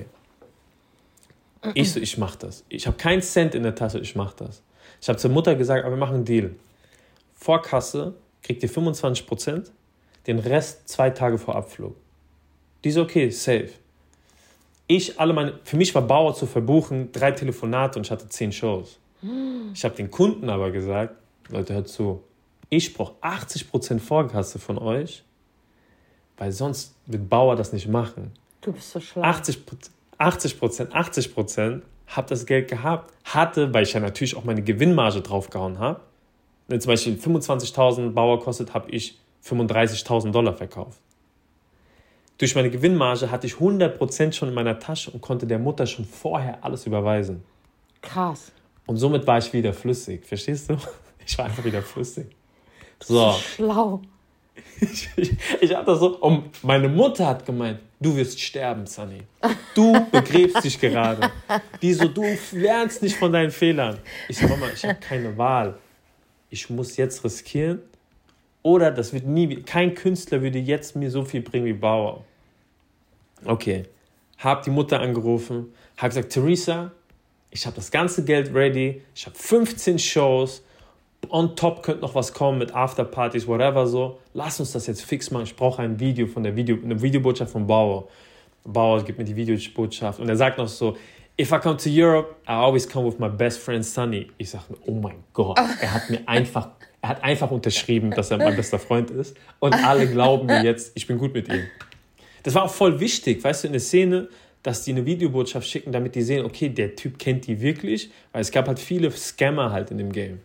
Ich so, ich mach das. Ich habe keinen Cent in der Tasche, ich mach das. Ich habe zur Mutter gesagt, aber wir machen einen Deal. Vorkasse kriegt ihr fünfundzwanzig Prozent, den Rest zwei Tage vor Abflug. Die so, okay, safe. Ich, alle meine, für mich war Bauer zu verbuchen, drei Telefonate und ich hatte zehn Shows. Ich habe den Kunden aber gesagt, Leute, hört zu, ich brauche achtzig Prozent Vorkasse von euch, weil sonst wird Bauer das nicht machen. Du bist so schlau. achtzig Prozent, achtzig Prozent, achtzig Prozent, habe das Geld gehabt, hatte, weil ich ja natürlich auch meine Gewinnmarge draufgehauen habe. Wenn zum Beispiel fünfundzwanzigtausend Bauer kostet, habe ich fünfunddreißigtausend Dollar verkauft. Durch meine Gewinnmarge hatte ich hundert Prozent schon in meiner Tasche und konnte der Mutter schon vorher alles überweisen. Krass. Und somit war ich wieder flüssig, verstehst du? Ich war einfach wieder flüssig. So. Schlau. Ich, ich, ich hatte das so, und meine Mutter hat gemeint, du wirst sterben, Sunny. Du begräbst dich gerade. Die so, du lernst nicht von deinen Fehlern. Ich sag, Mama, ich habe keine Wahl. Ich muss jetzt riskieren. Oder das wird nie, kein Künstler würde jetzt mir so viel bringen wie Bauer. Okay. Hab die Mutter angerufen, hab gesagt, Theresa, ich habe das ganze Geld ready, ich habe fünfzehn Shows, on top könnte noch was kommen mit Afterpartys, whatever so. Lass uns das jetzt fix machen. Ich brauche ein Video von der Video, eine Videobotschaft von Bauer. Bauer gibt mir die Videobotschaft und er sagt noch so, if I come to Europe, I always come with my best friend Sunny. Ich sage mir, oh mein Gott, er hat mir einfach, er hat einfach unterschrieben, dass er mein bester Freund ist und alle glauben mir jetzt, ich bin gut mit ihm. Das war auch voll wichtig, weißt du, in der Szene, dass die eine Videobotschaft schicken, damit die sehen, okay, der Typ kennt die wirklich, weil es gab halt viele Scammer halt in dem Game.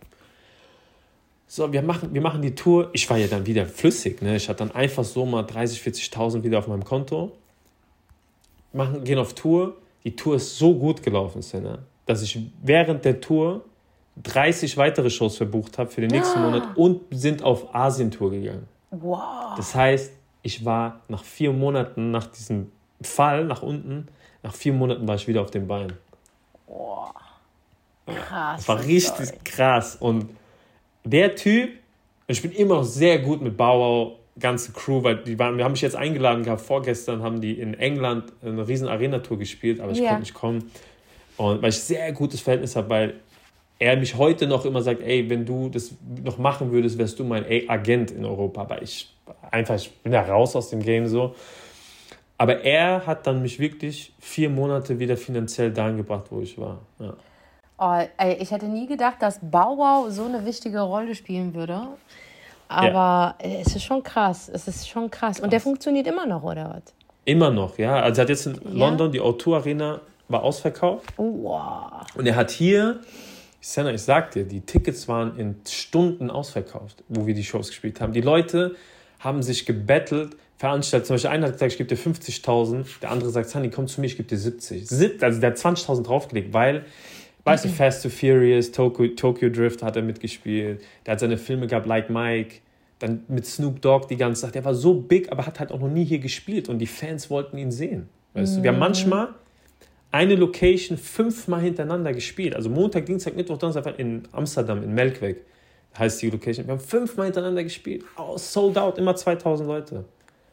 So, wir machen, wir machen die Tour. Ich war ja dann wieder flüssig, ne? Ich hatte dann einfach so mal dreißigtausend, vierzigtausend wieder auf meinem Konto. Machen, gehen auf Tour. Die Tour ist so gut gelaufen, Senna, dass ich während der Tour dreißig weitere Shows verbucht habe für den nächsten ah. Monat und sind auf Asien-Tour gegangen. Wow. Das heißt, ich war nach vier Monaten, nach diesem Fall nach unten, nach vier Monaten war ich wieder auf den Beinen. Wow. Krass. Das war richtig sorry. krass. Und der Typ, und ich bin immer noch sehr gut mit Bauer, ganze Crew, weil die waren, wir haben mich jetzt eingeladen gehabt, vorgestern haben die in England eine riesen Arena-Tour gespielt, aber ich yeah. konnte nicht kommen. Und weil ich sehr gutes Verhältnis habe, weil er mich heute noch immer sagt, ey, wenn du das noch machen würdest, wärst du mein Agent in Europa. Aber ich einfach, ich bin da raus aus dem Game so. Aber er hat dann mich wirklich vier Monate wieder finanziell dahin gebracht, wo ich war. Ja. Oh, ey, ich hätte nie gedacht, dass Bow Wow so eine wichtige Rolle spielen würde. Aber ja. es ist schon krass. Es ist schon krass. Und der funktioniert immer noch, oder was? Immer noch, ja. Also er hat jetzt in ja? London, die O zwei Arena war ausverkauft. Wow. Und er hat hier, Senna, ich sag dir, die Tickets waren in Stunden ausverkauft, wo wir die Shows gespielt haben. Die Leute haben sich gebettelt, veranstaltet. Zum Beispiel einer hat gesagt, ich gebe dir fünfzigtausend. Der andere sagt, Sunny, komm zu mir, ich gebe dir siebzig. Also der hat zwanzigtausend draufgelegt, weil... Weißt du, Fast and Furious, Tokyo, Tokyo Drift hat er mitgespielt. Der hat seine Filme gehabt, Like Mike. Dann mit Snoop Dogg die ganze Zeit. Der war so big, aber hat halt auch noch nie hier gespielt. Und die Fans wollten ihn sehen. Weißt mm. du, wir haben manchmal eine Location fünfmal hintereinander gespielt. Also Montag, Dienstag, Mittwoch, Donnerstag in Amsterdam, in Melkweg heißt die Location. Wir haben fünfmal hintereinander gespielt. Oh, sold out, immer zweitausend Leute.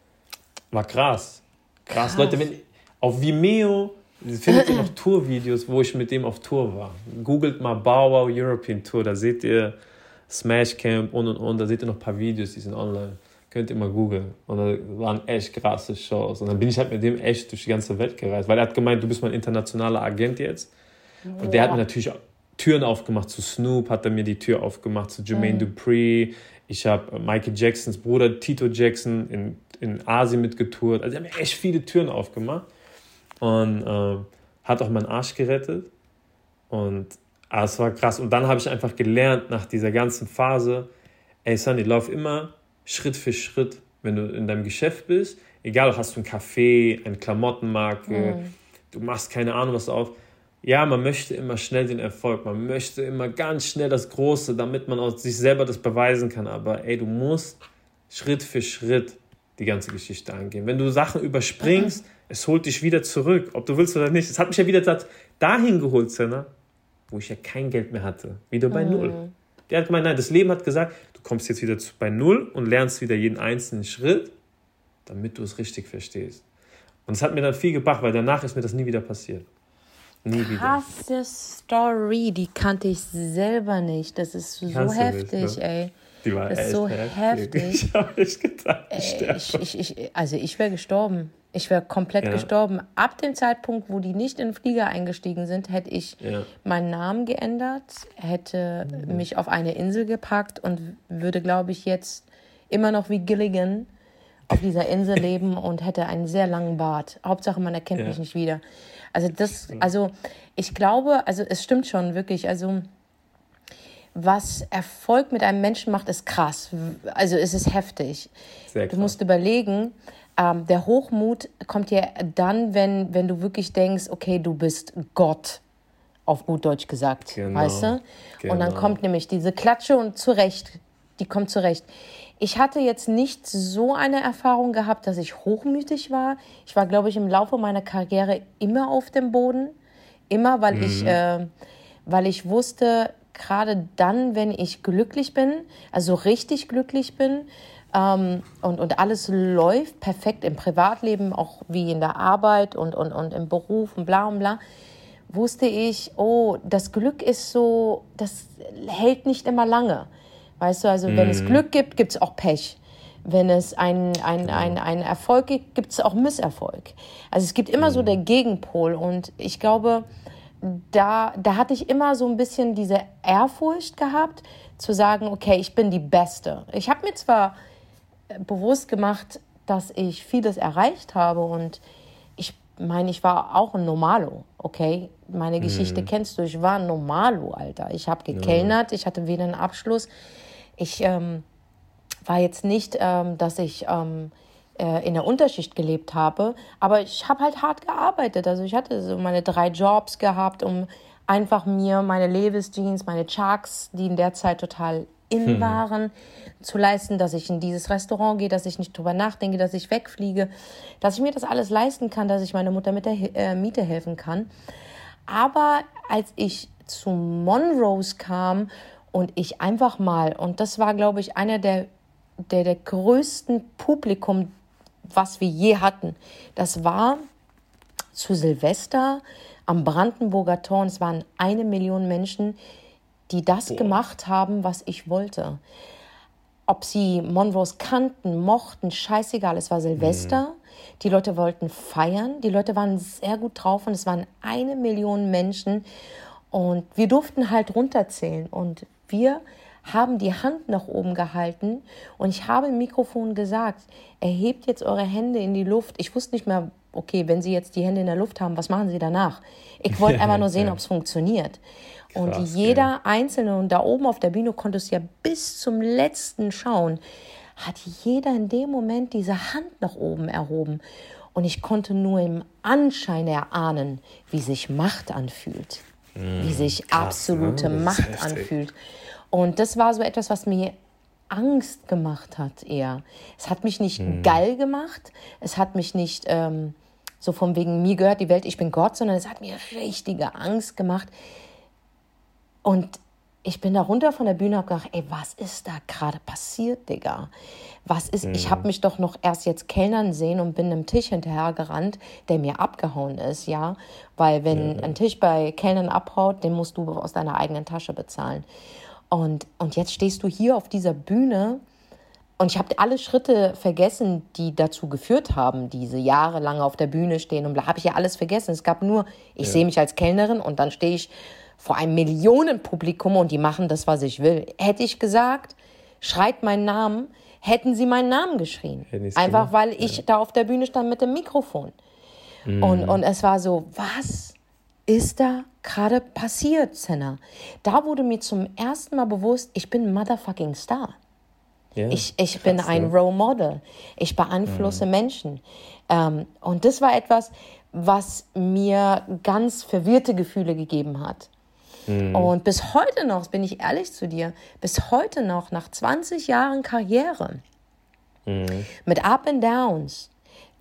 War krass. Krass, krass. Leute, wenn auf Vimeo findet ihr noch Tourvideos, wo ich mit dem auf Tour war. Googelt mal Bow Wow European Tour, da seht ihr Smash Camp und und und, da seht ihr noch ein paar Videos, die sind online. Könnt ihr mal googeln. Und da waren echt krasse Shows. Und dann bin ich halt mit dem echt durch die ganze Welt gereist. Weil er hat gemeint, du bist mein internationaler Agent jetzt. Und ja. Der hat mir natürlich Türen aufgemacht. Zu Snoop hat er mir die Tür aufgemacht. Zu Jermaine mhm. Dupri. Ich habe Michael Jacksons Bruder Tito Jackson in, in Asien mitgetourt. Also er hat mir echt viele Türen aufgemacht. Und äh, hat auch meinen Arsch gerettet. Und ah, es war krass. Und dann habe ich einfach gelernt, nach dieser ganzen Phase, ey Sunny, lauf immer Schritt für Schritt, wenn du in deinem Geschäft bist, egal, hast du ein Café, eine Klamottenmarke, mhm. du machst keine Ahnung was auf. Ja, man möchte immer schnell den Erfolg, man möchte immer ganz schnell das Große, damit man auch sich selber das beweisen kann. Aber ey, du musst Schritt für Schritt die ganze Geschichte angehen. Wenn du Sachen überspringst, mhm. es holt dich wieder zurück, ob du willst oder nicht. Es hat mich ja wieder dahin geholt, Senna, wo ich ja kein Geld mehr hatte. Wieder bei mhm. Null. Der hat gemeint, nein, das Leben hat gesagt, du kommst jetzt wieder zu, bei Null und lernst wieder jeden einzelnen Schritt, damit du es richtig verstehst. Und es hat mir dann viel gebracht, weil danach ist mir das nie wieder passiert. Nie wieder. Krasse Story, die kannte ich selber nicht. Das ist so Kannst heftig, nicht, ne? ey. Die war das ist echt so heftig. heftig. Ich habe echt gedacht, ich ey, ich, ich, ich, Also ich wäre gestorben. Ich wäre komplett ja. gestorben. Ab dem Zeitpunkt, wo die nicht in den Flieger eingestiegen sind, hätte ich ja. meinen Namen geändert, hätte mhm. mich auf eine Insel gepackt und würde, glaube ich, jetzt immer noch wie Gilligan auf dieser Insel leben und hätte einen sehr langen Bart. Hauptsache, man erkennt ja. mich nicht wieder. Also das, also ich glaube, also es stimmt schon wirklich, also was Erfolg mit einem Menschen macht, ist krass. Also es ist heftig. Sehr krass. Du musst überlegen, ähm, der Hochmut kommt ja dann, wenn, wenn du wirklich denkst, okay, du bist Gott, auf gut Deutsch gesagt, genau. weißt du? Genau. Und dann kommt nämlich diese Klatsche und zurecht, die kommt zurecht. Ich hatte jetzt nicht so eine Erfahrung gehabt, dass ich hochmütig war. Ich war, glaube ich, im Laufe meiner Karriere immer auf dem Boden. Immer, weil, mhm. ich, äh, weil ich wusste, gerade dann, wenn ich glücklich bin, also richtig glücklich bin ähm, und, und alles läuft perfekt im Privatleben, auch wie in der Arbeit und, und, und im Beruf und bla und bla, wusste ich, oh, das Glück ist so, das hält nicht immer lange. Weißt du, also mm. wenn es Glück gibt, gibt es auch Pech. Wenn es einen ein, ein, ein Erfolg gibt, gibt es auch Misserfolg. Also es gibt immer mm. so der Gegenpol. Und ich glaube, da, da hatte ich immer so ein bisschen diese Ehrfurcht gehabt, zu sagen, okay, ich bin die Beste. Ich habe mir zwar bewusst gemacht, dass ich vieles erreicht habe und ich meine, ich war auch ein Normalo, okay? Meine Geschichte mm. kennst du, ich war ein Normalo, Alter. Ich habe gekellnert, ja. ich hatte weder einen Abschluss. Ich ähm, war jetzt nicht, ähm, dass ich ähm, äh, in der Unterschicht gelebt habe, aber ich habe halt hart gearbeitet. Also ich hatte so meine drei Jobs gehabt, um einfach mir meine Levi's Jeans, meine Chucks, die in der Zeit total in hm. waren, zu leisten, dass ich in dieses Restaurant gehe, dass ich nicht drüber nachdenke, dass ich wegfliege, dass ich mir das alles leisten kann, dass ich meiner Mutter mit der äh, Miete helfen kann. Aber als ich zu Monrose kam und ich einfach mal, und das war, glaube ich, einer der, der, der größten Publikum, was wir je hatten. Das war zu Silvester am Brandenburger Tor. Und es waren eine Million Menschen, die das Boah. gemacht haben, was ich wollte. Ob sie Monrose kannten, mochten, scheißegal, es war Silvester. Mhm. Die Leute wollten feiern, die Leute waren sehr gut drauf und es waren eine Million Menschen. Und wir durften halt runterzählen und wir haben die Hand nach oben gehalten und ich habe im Mikrofon gesagt, erhebt jetzt eure Hände in die Luft. Ich wusste nicht mehr, okay, wenn Sie jetzt die Hände in der Luft haben, was machen Sie danach? Ich wollte einfach nur sehen, ja. ob es funktioniert. Krass, und jeder ja. Einzelne, und da oben auf der Bühne konntest du ja bis zum Letzten schauen, hat jeder in dem Moment diese Hand nach oben erhoben. Und ich konnte nur im Anschein erahnen, wie sich Macht anfühlt. Mm, wie sich krass, absolute ne? Macht anfühlt. Und das war so etwas, was mir Angst gemacht hat eher. Es hat mich nicht mm. geil gemacht, es hat mich nicht ähm, so von wegen, mir gehört die Welt, ich bin Gott, sondern es hat mir richtige Angst gemacht. Und ich bin da runter von der Bühne und habe gedacht, ey, was ist da gerade passiert, Digga? Was ist, mhm. ich habe mich doch noch erst jetzt kellnern sehen und bin einem Tisch hinterhergerannt, der mir abgehauen ist, ja. Weil wenn mhm. ein Tisch bei Kellnern abhaut, den musst du aus deiner eigenen Tasche bezahlen. Und, und jetzt stehst du hier auf dieser Bühne und ich habe alle Schritte vergessen, die dazu geführt haben, diese Jahre lang auf der Bühne stehen und bla, habe ich ja alles vergessen. Es gab nur, ich ja. sehe mich als Kellnerin und dann stehe ich vor einem Millionenpublikum und die machen das, was ich will. Hätte ich gesagt, schreit meinen Namen, hätten sie meinen Namen geschrien. Einfach, gemacht? Weil ich ja. da auf der Bühne stand mit dem Mikrofon. Mm. Und, und es war so, was ist da gerade passiert, Senna? Da wurde mir zum ersten Mal bewusst, ich bin ein motherfucking Star. Ja, ich ich bin ein Role Model. Ich beeinflusse mhm. Menschen. Ähm, und das war etwas, was mir ganz verwirrte Gefühle gegeben hat. Mhm. Und bis heute noch, bin ich ehrlich zu dir, bis heute noch, nach zwanzig Jahren Karriere, mhm. mit Up and Downs,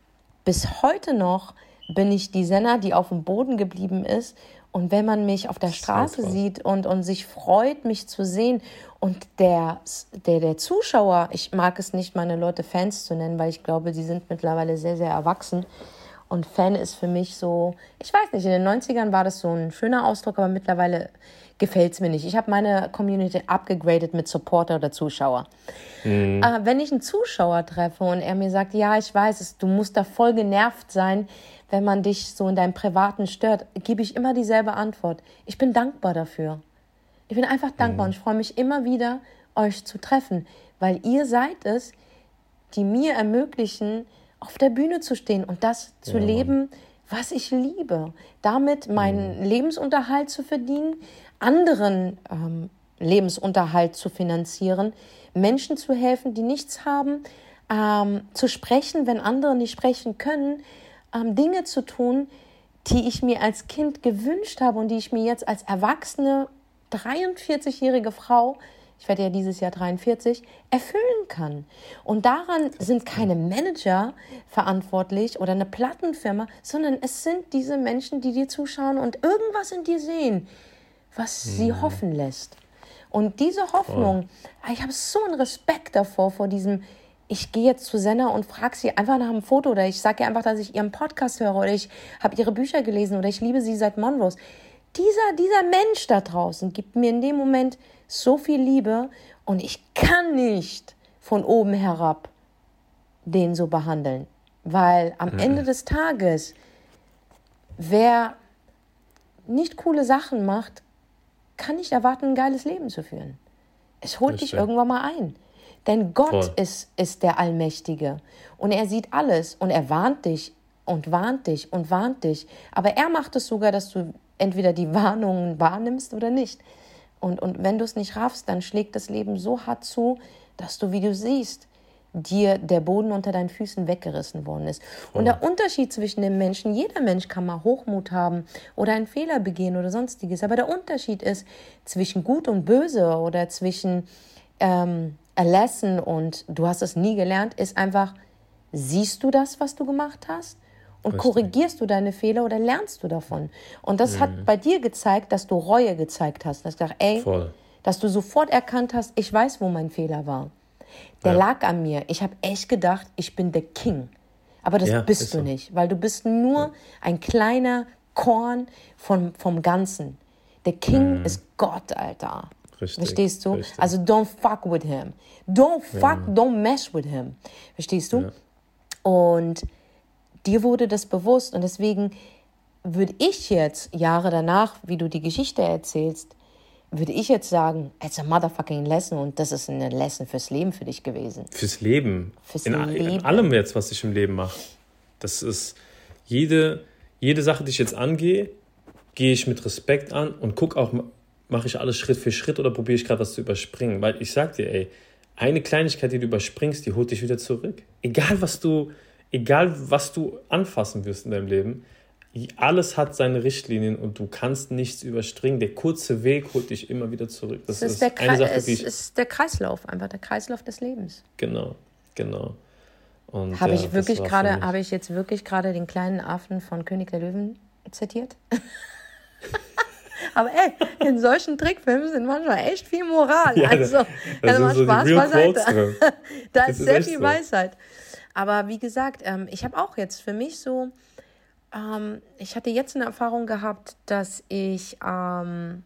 bis heute noch bin ich die Senna, die auf dem Boden geblieben ist. Und wenn man mich auf der Straße so sieht und, und sich freut, mich zu sehen und der, der, der Zuschauer, ich mag es nicht, meine Leute Fans zu nennen, weil ich glaube, die sind mittlerweile sehr, sehr erwachsen. Und Fan ist für mich so, ich weiß nicht, in den neunzigern war das so ein schöner Ausdruck, aber mittlerweile gefällt es mir nicht. Ich habe meine Community abgegradet mit Supporter oder Zuschauer. Mhm. Äh, wenn ich einen Zuschauer treffe und er mir sagt, ja, ich weiß es, du musst da voll genervt sein, wenn man dich so in deinem Privaten stört, gebe ich immer dieselbe Antwort. Ich bin dankbar dafür. Ich bin einfach dankbar mhm. und ich freue mich immer wieder, euch zu treffen, weil ihr seid es, die mir ermöglichen, auf der Bühne zu stehen und das zu ja, leben, was ich liebe. Damit meinen mhm. Lebensunterhalt zu verdienen, anderen ähm, Lebensunterhalt zu finanzieren, Menschen zu helfen, die nichts haben, ähm, zu sprechen, wenn andere nicht sprechen können, ähm, Dinge zu tun, die ich mir als Kind gewünscht habe und die ich mir jetzt als erwachsene dreiundvierzigjährige Frau, ich werde ja dieses Jahr dreiundvierzig, erfüllen kann. Und daran sind keine Manager verantwortlich oder eine Plattenfirma, sondern es sind diese Menschen, die dir zuschauen und irgendwas in dir sehen, was mhm. sie hoffen lässt. Und diese Hoffnung, oh. ich habe so einen Respekt davor, vor diesem, ich gehe jetzt zu Senna und frage sie einfach nach einem Foto oder ich sage ihr einfach, dass ich ihren Podcast höre oder ich habe ihre Bücher gelesen oder ich liebe sie seit Monrose. Dieser, dieser Mensch da draußen gibt mir in dem Moment so viel Liebe und ich kann nicht von oben herab den so behandeln, weil am mhm. Ende des Tages, wer nicht coole Sachen macht, kann nicht erwarten, ein geiles Leben zu führen. Es holt dich irgendwann mal ein. Denn Gott ist, ist der Allmächtige und er sieht alles und er warnt dich und warnt dich und warnt dich. Aber er macht es sogar, dass du entweder die Warnungen wahrnimmst oder nicht. Und, und wenn du es nicht raffst, dann schlägt das Leben so hart zu, dass du, wie du siehst, dir der Boden unter deinen Füßen weggerissen worden ist. Und der Unterschied zwischen den Menschen, jeder Mensch kann mal Hochmut haben oder einen Fehler begehen oder sonstiges, aber der Unterschied ist zwischen Gut und Böse oder zwischen ähm, erlassen und du hast es nie gelernt, ist einfach, siehst du das, was du gemacht hast? Und Richtig. Korrigierst du deine Fehler oder lernst du davon? Und das mhm. hat bei dir gezeigt, dass du Reue gezeigt hast. Dass, gesagt, ey, Voll. dass du sofort erkannt hast, ich weiß, wo mein Fehler war. Der ja. lag an mir. Ich habe echt gedacht, ich bin der King. Aber das ja, bist du so. nicht, weil du bist nur ja. ein kleiner Korn von, vom Ganzen. Der King mhm. ist Gott, Alter. Richtig, Verstehst du? Richtig. Also don't fuck with him. Don't fuck, ja. don't mess with him. Verstehst du? Ja. Und dir wurde das bewusst und deswegen würde ich jetzt, Jahre danach, wie du die Geschichte erzählst, würde ich jetzt sagen, it's a motherfucking lesson und das ist eine Lesson fürs Leben für dich gewesen. Fürs Leben. Fürs in, Leben. In allem jetzt, was ich im Leben mache. Das ist jede, jede Sache, die ich jetzt angehe, gehe ich mit Respekt an und gucke auch, mache ich alles Schritt für Schritt oder probiere ich gerade was zu überspringen? Weil ich sag dir, ey, eine Kleinigkeit, die du überspringst, die holt dich wieder zurück. Egal was du, egal was du anfassen wirst in deinem Leben, alles hat seine Richtlinien und du kannst nichts überspringen. Der kurze Weg holt dich immer wieder zurück. Das es ist, ist der eine Sache, es die ich, ist der Kreislauf, einfach der Kreislauf des Lebens. Genau, genau. Habe ich wirklich gerade, habe ich jetzt wirklich gerade den kleinen Affen von König der Löwen zitiert? Aber ey, in solchen Trickfilmen sind manchmal echt viel Moral. Ja, also, da also mal so Spaß beiseite. Da ist, ist sehr viel so. Weisheit. Aber wie gesagt, ähm, ich habe auch jetzt für mich so, ähm, ich hatte jetzt eine Erfahrung gehabt, dass ich, ähm,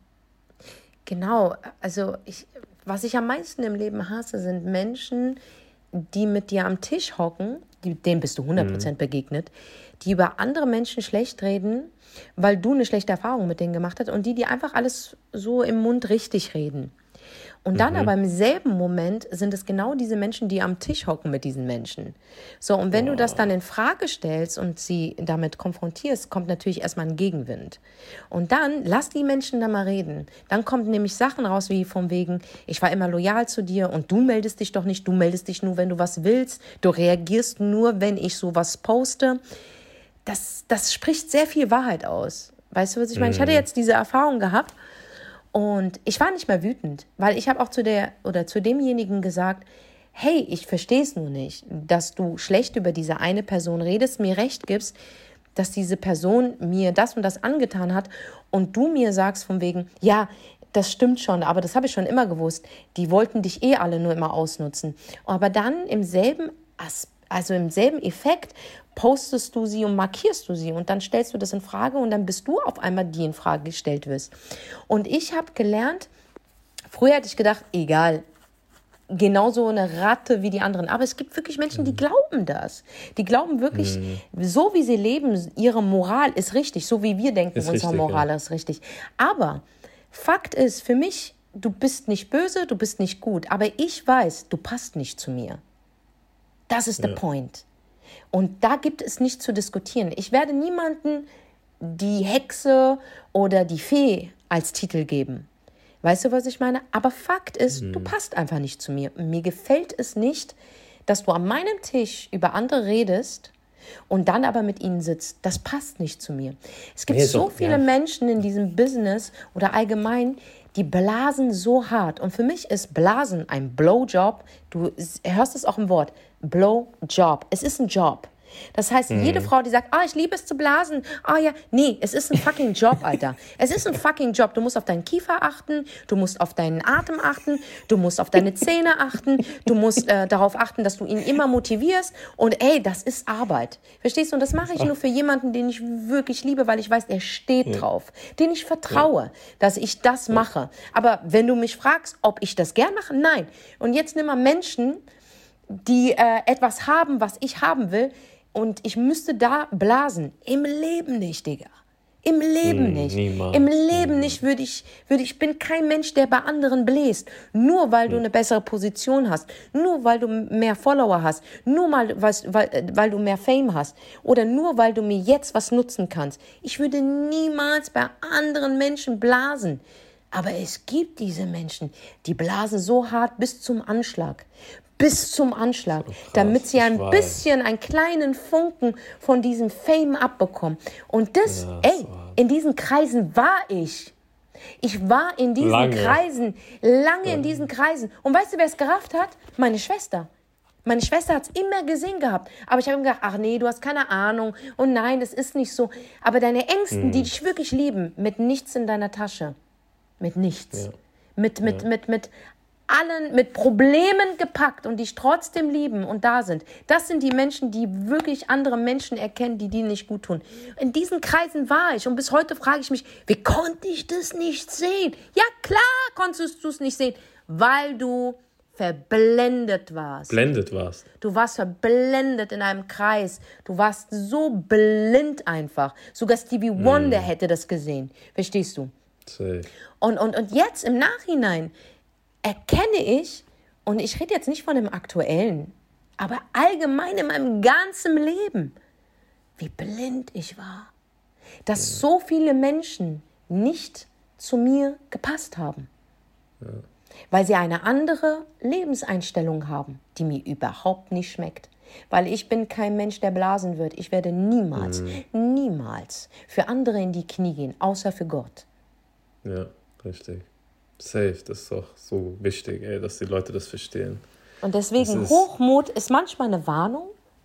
genau, also ich, was ich am meisten im Leben hasse, sind Menschen, die mit dir am Tisch hocken, die, denen bist du hundert Prozent mhm. begegnet, die über andere Menschen schlecht reden, weil du eine schlechte Erfahrung mit denen gemacht hast und die, die einfach alles so im Mund richtig reden. Und dann mhm. aber im selben Moment sind es genau diese Menschen, die am Tisch hocken mit diesen Menschen. So, und wenn oh. du das dann in Frage stellst und sie damit konfrontierst, kommt natürlich erstmal ein Gegenwind. Und dann lass die Menschen da mal reden. Dann kommen nämlich Sachen raus wie von wegen, ich war immer loyal zu dir und du meldest dich doch nicht, du meldest dich nur, wenn du was willst, du reagierst nur, wenn ich sowas poste. Das, das spricht sehr viel Wahrheit aus. Weißt du, was ich meine? Mhm. Ich hatte jetzt diese Erfahrung gehabt, und ich war nicht mehr wütend, weil ich habe auch zu der oder zu demjenigen gesagt, hey, ich verstehe es nur nicht, dass du schlecht über diese eine Person redest, mir recht gibst, dass diese Person mir das und das angetan hat und du mir sagst von wegen, ja, das stimmt schon, aber das habe ich schon immer gewusst, die wollten dich eh alle nur immer ausnutzen. Aber dann im selben Aspekt, also im selben Effekt postest du sie und markierst du sie und dann stellst du das in Frage und dann bist du auf einmal die in Frage gestellt wirst. Und ich habe gelernt, früher hätte ich gedacht, egal, genauso eine Ratte wie die anderen. Aber es gibt wirklich Menschen, die glauben das. Die glauben wirklich, mhm. so wie sie leben, ihre Moral ist richtig, so wie wir denken, ist unsere richtig, Moral ja. ist richtig. Aber Fakt ist, für mich, du bist nicht böse, du bist nicht gut, aber ich weiß, du passt nicht zu mir. Das ist ja. der Point. Und da gibt es nichts zu diskutieren. Ich werde niemanden die Hexe oder die Fee als Titel geben. Weißt du, was ich meine? Aber Fakt ist, mhm. du passt einfach nicht zu mir. Mir gefällt es nicht, dass du an meinem Tisch über andere redest und dann aber mit ihnen sitzt. Das passt nicht zu mir. Es gibt nee, so doch, viele ja. Menschen in diesem Business oder allgemein, die blasen so hart. Und für mich ist Blasen ein Blowjob. Du hörst es auch im Wort. Blowjob. Es ist ein Job. Das heißt, mhm. jede Frau, die sagt, ah, ich liebe es zu blasen, ah ja, nee, es ist ein fucking Job, Alter. Es ist ein fucking Job. Du musst auf deinen Kiefer achten, du musst auf deinen Atem achten, du musst auf deine Zähne achten, du musst äh, darauf achten, dass du ihn immer motivierst und ey, das ist Arbeit. Verstehst du? Und das mache ich nur für jemanden, den ich wirklich liebe, weil ich weiß, der steht ja. drauf, den ich vertraue, ja. dass ich das ja. mache. Aber wenn du mich fragst, ob ich das gern mache, nein. Und jetzt nimm mal Menschen, die äh, etwas haben, was ich haben will, und ich müsste da blasen. Im Leben nicht, Digga. Im Leben hm, nicht. Niemals. Im Leben hm. nicht würde ich, würde ich, bin kein Mensch, der bei anderen bläst. Nur weil hm. du eine bessere Position hast. Nur weil du mehr Follower hast. Nur mal, weil, weil, weil du mehr Fame hast. Oder nur weil du mir jetzt was nutzen kannst. Ich würde niemals bei anderen Menschen blasen. Aber es gibt diese Menschen, die blasen so hart bis zum Anschlag. Bis zum Anschlag, so krass, damit sie ein bisschen, einen kleinen Funken von diesem Fame abbekommen. Und das, ja, ey, so in diesen Kreisen war ich. Ich war in diesen lange. Kreisen, lange ja. in diesen Kreisen. Und weißt du, wer es gerafft hat? Meine Schwester. Meine Schwester hat es immer gesehen gehabt. Aber ich habe ihm gedacht, ach nee, du hast keine Ahnung. Und nein, das ist nicht so. Aber deine Ängsten, mhm. die dich wirklich lieben, mit nichts in deiner Tasche. Mit nichts. Ja. Mit, mit, ja. mit, mit allen mit Problemen gepackt und dich trotzdem lieben und da sind. Das sind die Menschen, die wirklich andere Menschen erkennen, die die nicht gut tun. In diesen Kreisen war ich und bis heute frage ich mich, wie konnte ich das nicht sehen? Ja klar konntest du es nicht sehen, weil du verblendet warst. Blendet warst. Du warst verblendet in einem Kreis. Du warst so blind einfach. Sogar Stevie Wonder mm. hätte das gesehen. Verstehst du? Safe. Und, und, und jetzt im Nachhinein erkenne ich, und ich rede jetzt nicht von dem Aktuellen, aber allgemein in meinem ganzen Leben, wie blind ich war, dass ja. so viele Menschen nicht zu mir gepasst haben, ja. weil sie eine andere Lebenseinstellung haben, die mir überhaupt nicht schmeckt. Weil ich bin kein Mensch, der blasen wird. Ich werde niemals, mhm. niemals für andere in die Knie gehen, außer für Gott. Ja, richtig. Safe, das ist auch so wichtig, ey, dass die Leute das verstehen. Und deswegen, ist Hochmut ist manchmal eine Warnung,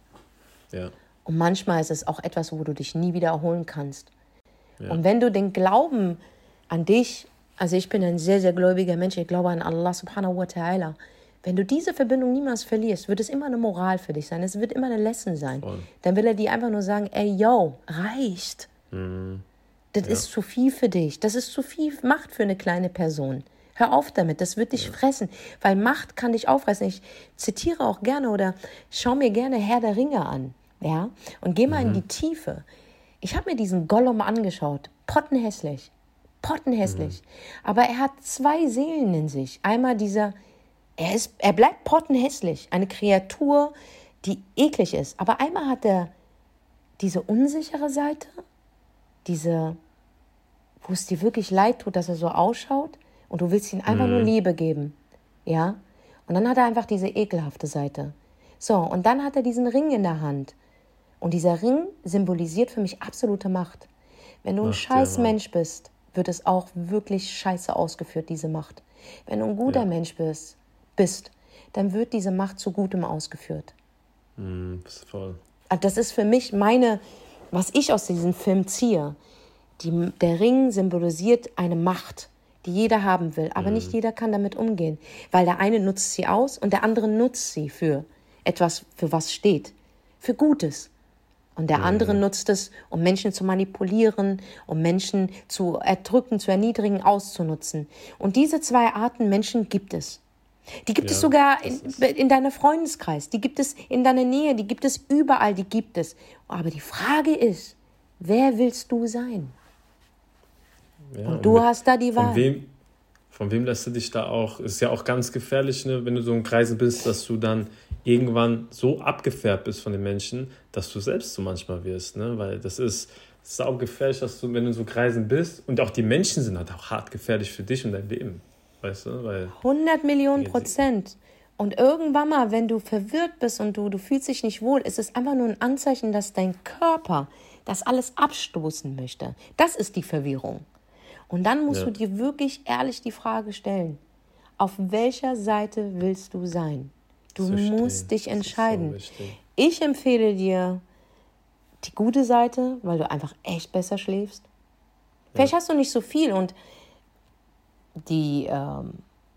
Ja. Und manchmal ist es auch etwas, wo du dich nie wieder erholen kannst. Ja. Und wenn du den Glauben an dich, also ich bin ein sehr, sehr gläubiger Mensch, ich glaube an Allah subhanahu wa ta'ala. Wenn du diese Verbindung niemals verlierst, wird es immer eine Moral für dich sein. Es wird immer eine Lesson sein. Voll. Dann will er dir einfach nur sagen, ey, yo, reicht. Mhm. Das Ja. ist zu viel für dich. Das ist zu viel Macht für eine kleine Person. Hör auf damit, das wird dich ja. fressen. Weil Macht kann dich auffressen. Ich zitiere auch gerne oder schau mir gerne Herr der Ringe an. Ja? Und geh mal mhm. in die Tiefe. Ich habe mir diesen Gollum angeschaut. Pottenhässlich. Pottenhässlich. Mhm. Aber er hat zwei Seelen in sich. Einmal dieser, er, ist, er bleibt pottenhässlich. Eine Kreatur, die eklig ist. Aber einmal hat er diese unsichere Seite, diese, wo es dir wirklich leid tut, dass er so ausschaut und du willst ihm einfach mhm. nur Liebe geben. Ja? Und dann hat er einfach diese ekelhafte Seite. So, und dann hat er diesen Ring in der Hand. Und dieser Ring symbolisiert für mich absolute Macht. Wenn du ein Macht, scheiß ja, Mensch bist, wird es auch wirklich scheiße ausgeführt, diese Macht. Wenn du ein guter ja. Mensch bist, bist, dann wird diese Macht zu Gutem ausgeführt. Mhm, das ist voll. Das ist für mich meine, was ich aus diesem Film ziehe. Die, der Ring symbolisiert eine Macht, die jeder haben will, aber mhm. nicht jeder kann damit umgehen, weil der eine nutzt sie aus und der andere nutzt sie für etwas, für was steht, für Gutes. Und der mhm. andere nutzt es, um Menschen zu manipulieren, um Menschen zu erdrücken, zu erniedrigen, auszunutzen. Und diese zwei Arten Menschen gibt es. Die gibt ja, es sogar in, in deinem Freundeskreis, die gibt es in deiner Nähe, die gibt es überall, die gibt es. Aber die Frage ist, wer willst du sein? Ja, und du und hast da die Wahl. Von wem, von wem lässt du dich da auch, ist ja auch ganz gefährlich, ne, wenn du so in Kreisen bist, dass du dann irgendwann so abgefärbt bist von den Menschen, dass du selbst so manchmal wirst, ne, weil das ist saugefährlich, dass du, wenn du in so Kreisen bist und auch die Menschen sind halt auch hart gefährlich für dich und dein Leben. Weißt du, weil hundert Millionen Prozent. Und irgendwann mal, wenn du verwirrt bist und du, du fühlst dich nicht wohl, ist es einfach nur ein Anzeichen, dass dein Körper das alles abstoßen möchte. Das ist die Verwirrung. Und dann musst ja. du dir wirklich ehrlich die Frage stellen, auf welcher Seite willst du sein? Du musst dich entscheiden. So ich empfehle dir die gute Seite, weil du einfach echt besser schläfst. Ja. Vielleicht hast du nicht so viel und die, ähm,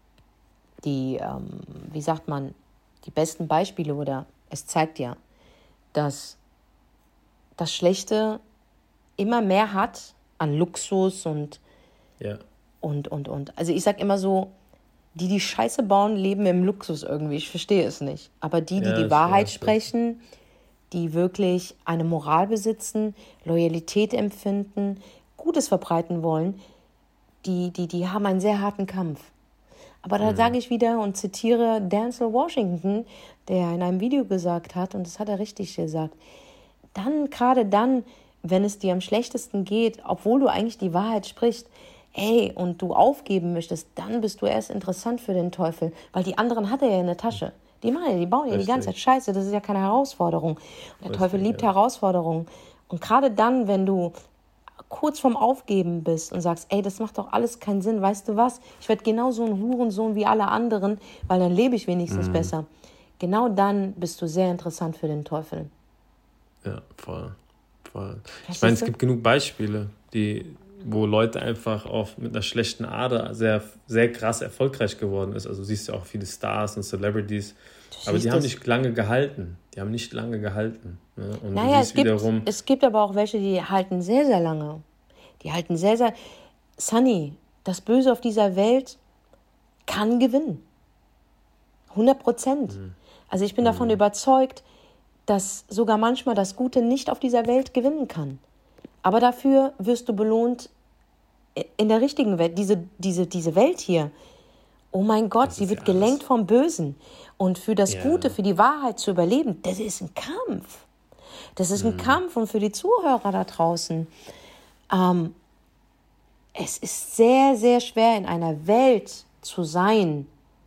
die ähm, wie sagt man, die besten Beispiele oder es zeigt ja, dass das Schlechte immer mehr hat an Luxus und ja. und, und, und. Also ich sag immer so, die, die Scheiße bauen, leben im Luxus irgendwie. Ich verstehe es nicht. Aber die, die ja, die Wahrheit weiß, sprechen, die wirklich eine Moral besitzen, Loyalität empfinden, Gutes verbreiten wollen, die, die, die haben einen sehr harten Kampf. Aber da mhm. sage ich wieder und zitiere Denzel Washington, der in einem Video gesagt hat, und das hat er richtig gesagt, dann, gerade dann, wenn es dir am schlechtesten geht, obwohl du eigentlich die Wahrheit sprichst, ey, und du aufgeben möchtest, dann bist du erst interessant für den Teufel, weil die anderen hat er ja in der Tasche. Die machen ja, die bauen ja die ganze Zeit Scheiße, das ist ja keine Herausforderung. Und der Richtig, Teufel liebt ja. Herausforderungen. Und gerade dann, wenn du kurz vorm Aufgeben bist und sagst, ey, das macht doch alles keinen Sinn, weißt du was, ich werde genauso ein Hurensohn wie alle anderen, weil dann lebe ich wenigstens mhm. besser. Genau dann bist du sehr interessant für den Teufel. Ja, voll. voll. Ich meine, es gibt genug Beispiele, die, wo Leute einfach auf, mit einer schlechten Ader sehr, sehr krass erfolgreich geworden ist. Also siehst du auch viele Stars und Celebrities, aber die haben nicht lange gehalten. Die haben nicht lange gehalten. Ne? Und naja, es gibt, wiederum es gibt aber auch welche, die halten sehr, sehr lange. Die halten sehr, sehr... Sunny, das Böse auf dieser Welt kann gewinnen. hundert Prozent. Mhm. Also ich bin mhm. davon überzeugt, dass sogar manchmal das Gute nicht auf dieser Welt gewinnen kann. Aber dafür wirst du belohnt in der richtigen Welt. Diese, diese, diese Welt hier, oh mein Gott, sie wird gelenkt vom Bösen. Und für das ja. Gute, für die Wahrheit zu überleben, das ist ein Kampf. Das ist ein mhm. Kampf. Und für die Zuhörer da draußen, ähm, es ist sehr, sehr schwer, in einer Welt zu sein,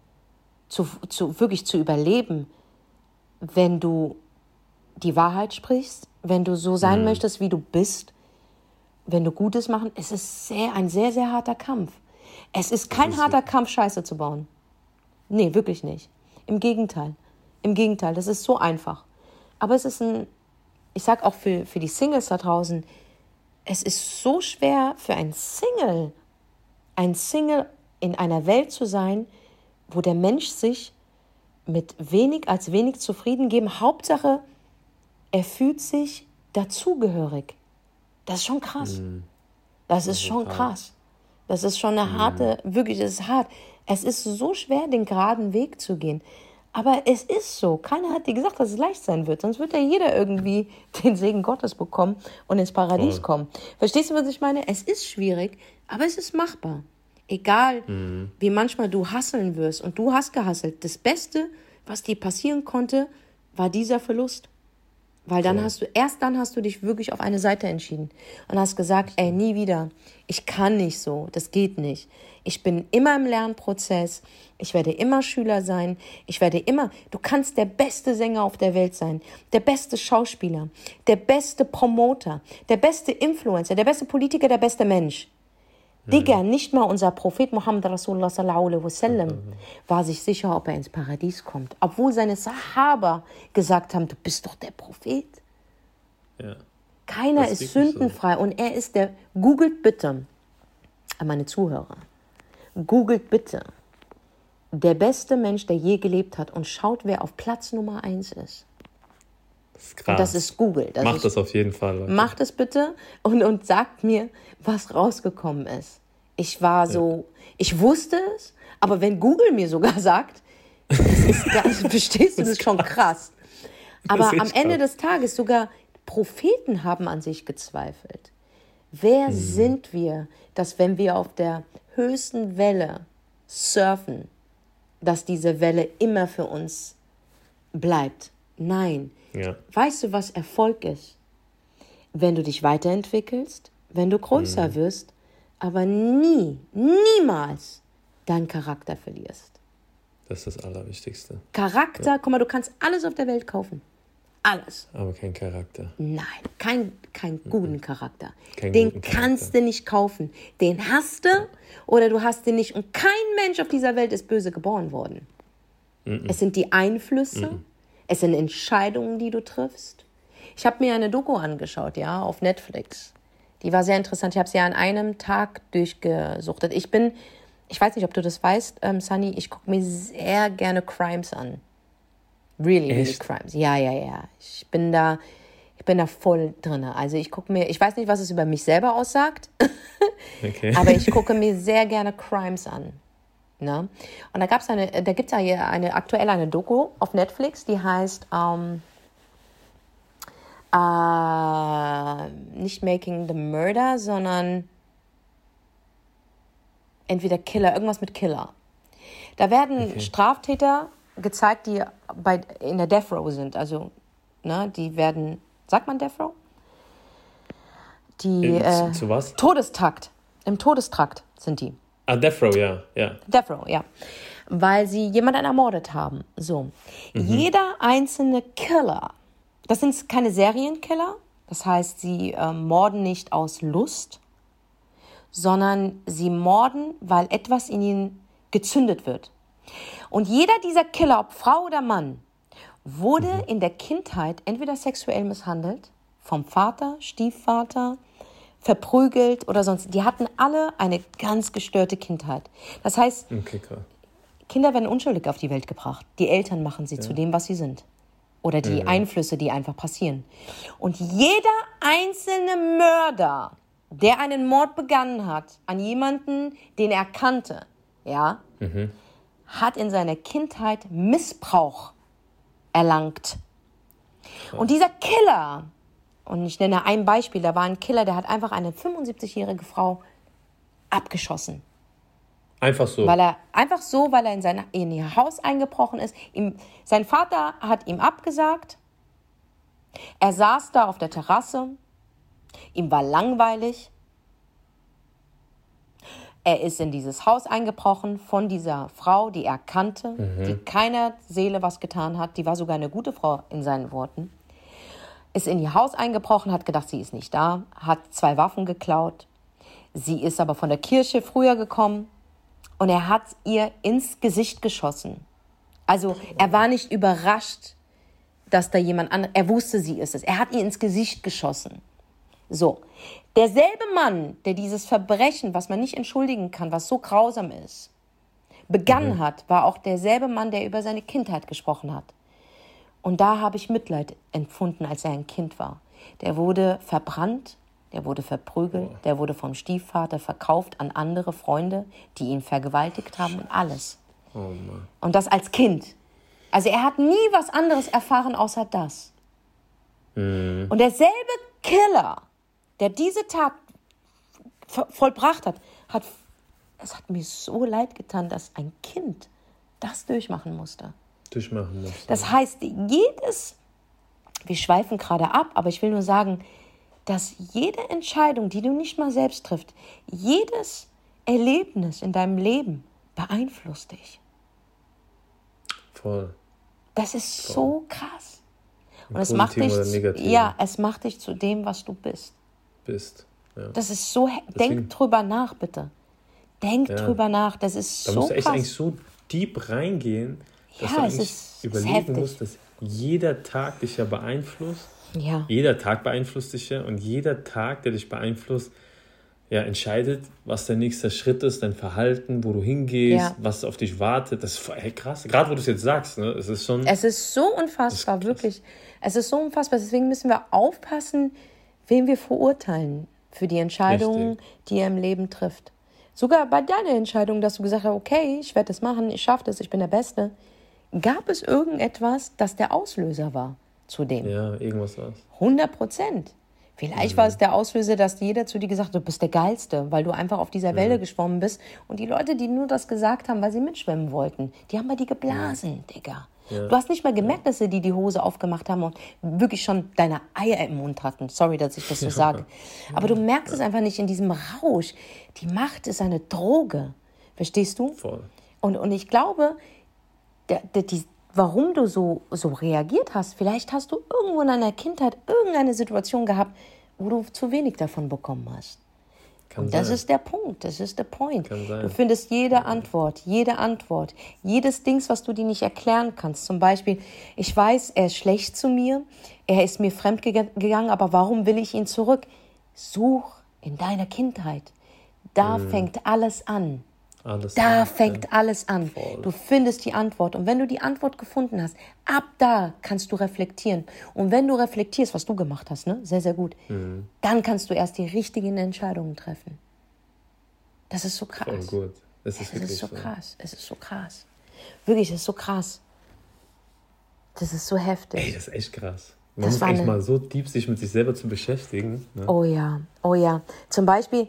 zu, zu, wirklich zu überleben, wenn du die Wahrheit sprichst, wenn du so sein mhm. möchtest, wie du bist, wenn du Gutes machen. Es ist sehr, ein sehr, sehr harter Kampf. Es ist kein ist harter so. Kampf, Scheiße zu bauen. Nee, wirklich nicht. Im Gegenteil. Im Gegenteil, das ist so einfach. Aber es ist ein ich sag auch für, für die Singles da draußen, es ist so schwer für ein Single, ein Single in einer Welt zu sein, wo der Mensch sich mit wenig als wenig zufrieden geben. Hauptsache, er fühlt sich dazugehörig. Das ist schon krass. Mm. Das, das ist schon hart. krass. Das ist schon eine mm. harte, wirklich, das ist hart. Es ist so schwer, den geraden Weg zu gehen. Aber es ist so. Keiner hat dir gesagt, dass es leicht sein wird. Sonst wird ja jeder irgendwie den Segen Gottes bekommen und ins Paradies Voll. kommen. Verstehst du, was ich meine? Es ist schwierig, aber es ist machbar. Egal, mhm. wie manchmal du hasseln wirst. Und du hast gehasselt. Das Beste, was dir passieren konnte, war dieser Verlust. Weil dann Voll. hast du, erst dann hast du dich wirklich auf eine Seite entschieden. Und hast gesagt, ey, nie wieder. Ich kann nicht so. Das geht nicht. Ich bin immer im Lernprozess. Ich werde immer Schüler sein. Ich werde immer, du kannst der beste Sänger auf der Welt sein. Der beste Schauspieler. Der beste Promoter. Der beste Influencer. Der beste Politiker. Der beste Mensch. Digga, nicht mal unser Prophet Muhammad Rasulullah sallallahu alaihi wasallam war sich sicher, ob er ins Paradies kommt. Obwohl seine Sahaba gesagt haben, du bist doch der Prophet. Ja. Keiner ist, ist sündenfrei. So. Und er ist der, googelt bitte, meine Zuhörer, googelt bitte, der beste Mensch, der je gelebt hat und schaut, wer auf Platz Nummer eins ist. Das ist krass. Und das ist Google. Das Macht ist, das auf jeden Fall. Leute. Macht es bitte und, und sagt mir, was rausgekommen ist. Ich war so, ja. ich wusste es, aber wenn Google mir sogar sagt, das ist gar, verstehst du, das ist schon krass. Aber am Ende des Tages sogar Propheten haben an sich gezweifelt. Wer hm. sind wir, dass wenn wir auf der höchsten Welle surfen, dass diese Welle immer für uns bleibt? Nein. Ja. Weißt du, was Erfolg ist? Wenn du dich weiterentwickelst, wenn du größer mhm. wirst, aber nie, niemals deinen Charakter verlierst. Das ist das Allerwichtigste. Charakter, ja. guck mal, du kannst alles auf der Welt kaufen. Alles. Aber kein Charakter. Nein, kein, kein mhm. guten Charakter. Kein den guten kannst Charakter. du nicht kaufen. Den hast du oder du hast den nicht. Und kein Mensch auf dieser Welt ist böse geboren worden. Mhm. Es sind die Einflüsse, mhm. es sind Entscheidungen, die du triffst. Ich habe mir eine Doku angeschaut, ja, auf Netflix. Die war sehr interessant. Ich habe sie ja an einem Tag durchgesuchtet. Ich bin, ich weiß nicht, ob du das weißt, ähm, Sunny, ich gucke mir sehr gerne Crimes an. Really, really Echt? Crimes. Ja, ja, ja. Ich bin da, ich bin da voll drin. Also ich gucke mir, ich weiß nicht, was es über mich selber aussagt, okay. aber ich gucke mir sehr gerne Crimes an. Ne? Und da gab's eine, da gibt es ja eine, aktuell eine Doku auf Netflix, die heißt ähm, äh, nicht Making the Murder, sondern entweder Killer, irgendwas mit Killer. Da werden okay. Straftäter gezeigt, die bei, in der Death Row sind. Also, ne, die werden, sagt man Death Row? Die äh, äh, zu was? Todestakt. Im Todestrakt sind die. Ah, Death Row, ja. ja. Death Row, ja. Weil sie jemanden ermordet haben. So. Mhm. Jeder einzelne Killer, das sind keine Serienkiller, das heißt, sie äh, morden nicht aus Lust, sondern sie morden, weil etwas in ihnen gezündet wird. Und jeder dieser Killer, ob Frau oder Mann, wurde mhm. in der Kindheit entweder sexuell misshandelt, vom Vater, Stiefvater, verprügelt oder sonst. Die hatten alle eine ganz gestörte Kindheit. Das heißt, okay, Kinder werden unschuldig auf die Welt gebracht. Die Eltern machen sie ja. zu dem, was sie sind. Oder die ja. Einflüsse, die einfach passieren. Und jeder einzelne Mörder, der einen Mord begangen hat an jemanden, den er kannte, ja, mhm. hat in seiner Kindheit Missbrauch erlangt. Krass. Und dieser Killer, und ich nenne ein Beispiel, da war ein Killer, der hat einfach eine fünfundsiebzigjährige Frau abgeschossen. Einfach so? Weil er, einfach so, weil er in, sein, in ihr Haus eingebrochen ist. Ihm, sein Vater hat ihm abgesagt. Er saß da auf der Terrasse. Ihm war langweilig. Er ist in dieses Haus eingebrochen von dieser Frau, die er kannte, mhm. die keiner Seele was getan hat. Die war sogar eine gute Frau in seinen Worten. Ist in ihr Haus eingebrochen, hat gedacht, sie ist nicht da, hat zwei Waffen geklaut. Sie ist aber von der Kirche früher gekommen und er hat ihr ins Gesicht geschossen. Also er war nicht überrascht, dass da jemand anderes, er wusste, sie ist es. Er hat ihr ins Gesicht geschossen. So, derselbe Mann, der dieses Verbrechen, was man nicht entschuldigen kann, was so grausam ist, begangen mhm. hat, war auch derselbe Mann, der über seine Kindheit gesprochen hat. Und da habe ich Mitleid empfunden, als er ein Kind war. Der wurde verbrannt, der wurde verprügelt, oh. der wurde vom Stiefvater verkauft an andere Freunde, die ihn vergewaltigt haben und alles. Oh Mann. Und das als Kind. Also er hat nie was anderes erfahren außer das. Mhm. Und derselbe Killer, der diese Tat vollbracht hat, hat, es hat mir so leid getan, dass ein Kind das durchmachen musste. Durchmachen musste. Das heißt, jedes, wir schweifen gerade ab, aber ich will nur sagen, dass jede Entscheidung, die du nicht mal selbst triffst, jedes Erlebnis in deinem Leben beeinflusst dich. Voll. Das ist Voll. so krass. Und es macht dich, ja, es macht dich zu dem, was du bist. Bist. Ja. Das ist so, Deswegen, denk drüber nach, bitte. Denk ja. drüber nach, das ist da so krass. Da musst du echt eigentlich so deep reingehen, dass ja, du es eigentlich ist, überlegen musst, dass jeder Tag dich ja beeinflusst. Ja. Jeder Tag beeinflusst dich ja und jeder Tag, der dich beeinflusst, ja, entscheidet, was der nächste Schritt ist, dein Verhalten, wo du hingehst, ja. was auf dich wartet. Das ist voll, hey, krass. Gerade wo du es jetzt sagst, ne? Es ist schon... Es ist so unfassbar, ist wirklich. Es ist so unfassbar. Deswegen müssen wir aufpassen, wen wir verurteilen für die Entscheidungen, Richtig. die er im Leben trifft. Sogar bei deiner Entscheidung, dass du gesagt hast, okay, ich werde das machen, ich schaffe das, ich bin der Beste. Gab es irgendetwas, das der Auslöser war zu dem? Ja, irgendwas war es. hundert Prozent. Vielleicht mhm. war es der Auslöser, dass jeder zu dir gesagt hat, du bist der Geilste, weil du einfach auf dieser Welle mhm. geschwommen bist. Und die Leute, die nur das gesagt haben, weil sie mitschwimmen wollten, die haben bei dir geblasen, ja. Digga. Ja. Du hast nicht mal gemerkt, dass sie dir die Hose aufgemacht haben und wirklich schon deine Eier im Mund hatten. Sorry, dass ich das so ja. sage. Aber du merkst ja. es einfach nicht in diesem Rausch. Die Macht ist eine Droge. Verstehst du? Voll. Und, und ich glaube, der, der, die, warum du so, so reagiert hast, vielleicht hast du irgendwo in deiner Kindheit irgendeine Situation gehabt, wo du zu wenig davon bekommen hast. Kann Und das sein. ist der Punkt, das ist der Point. Du findest jede Antwort, jede Antwort, jedes Ding, was du dir nicht erklären kannst. Zum Beispiel, ich weiß, er ist schlecht zu mir, er ist mir fremd gegangen, aber warum will ich ihn zurück? Such in deiner Kindheit. Da mhm. fängt alles an. Alles da an, fängt ja. alles an. Voll. Du findest die Antwort. Und wenn du die Antwort gefunden hast, ab da kannst du reflektieren. Und wenn du reflektierst, was du gemacht hast, ne, sehr, sehr gut, mhm. dann kannst du erst die richtigen Entscheidungen treffen. Das ist so krass. Voll gut. Das ist es wirklich ist so so. krass. Es ist so krass. Wirklich, es ist so krass. Das ist so heftig. Ey, das ist echt krass. Man das muss eigentlich eine... mal so deep sich mit sich selber zu beschäftigen. Ne? Oh ja, oh ja. Zum Beispiel...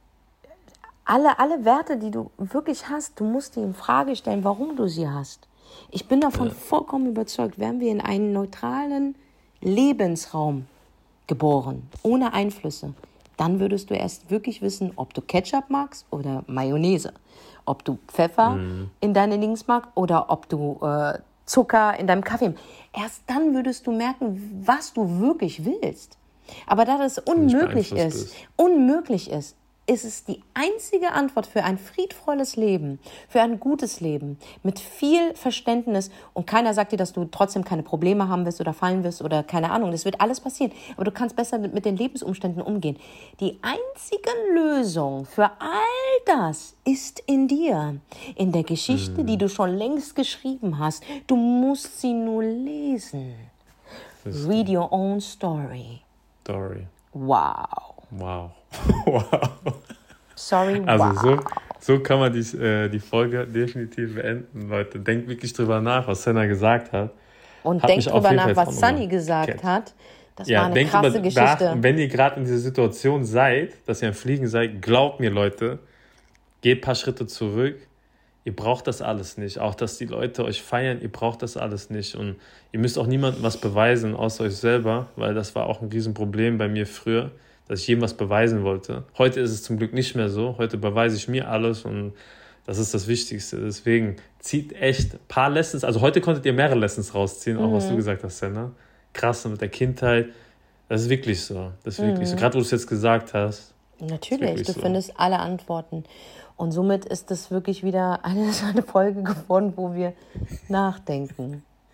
Alle, alle Werte, die du wirklich hast, du musst dir in Frage stellen, warum du sie hast. Ich bin davon ja. vollkommen überzeugt, wären wir in einen neutralen Lebensraum geboren, ohne Einflüsse, dann würdest du erst wirklich wissen, ob du Ketchup magst oder Mayonnaise, ob du Pfeffer mhm. in deine Dings magst oder ob du äh, Zucker in deinem Kaffee. Erst dann würdest du merken, was du wirklich willst. Aber da das unmöglich ist, bist. unmöglich ist, ist es die einzige Antwort für ein friedvolles Leben, für ein gutes Leben, mit viel Verständnis. Und keiner sagt dir, dass du trotzdem keine Probleme haben wirst oder fallen wirst oder keine Ahnung. Das wird alles passieren. Aber du kannst besser mit, mit den Lebensumständen umgehen. Die einzige Lösung für all das ist in dir. In der Geschichte, mhm. die du schon längst geschrieben hast. Du musst sie nur lesen. Read your own story. Story. Wow. Wow. Wow. Sorry, also wow. so, so kann man die, äh, die Folge definitiv beenden, Leute. Denkt wirklich drüber nach, was Senna gesagt hat. Und hat denkt drüber nach, was Sunny gesagt kennt. hat. Das ja, war eine krasse über, Geschichte. Nach, wenn ihr gerade in dieser Situation seid, dass ihr am Fliegen seid, glaubt mir, Leute, geht ein paar Schritte zurück. Ihr braucht das alles nicht. Auch, dass die Leute euch feiern, ihr braucht das alles nicht. Und ihr müsst auch niemandem was beweisen, außer euch selber, weil das war auch ein Riesenproblem bei mir früher, dass ich jedem was beweisen wollte. Heute ist es zum Glück nicht mehr so. Heute beweise ich mir alles und das ist das Wichtigste. Deswegen zieht echt ein paar Lessons. Also heute konntet ihr mehrere Lessons rausziehen, auch mhm. was du gesagt hast, Senna. Krass, mit der Kindheit. Das ist wirklich so. Das ist mhm. wirklich so. Gerade wo du es jetzt gesagt hast. Natürlich, du so. findest alle Antworten. Und somit ist das wirklich wieder eine, eine Folge geworden, wo wir nachdenken.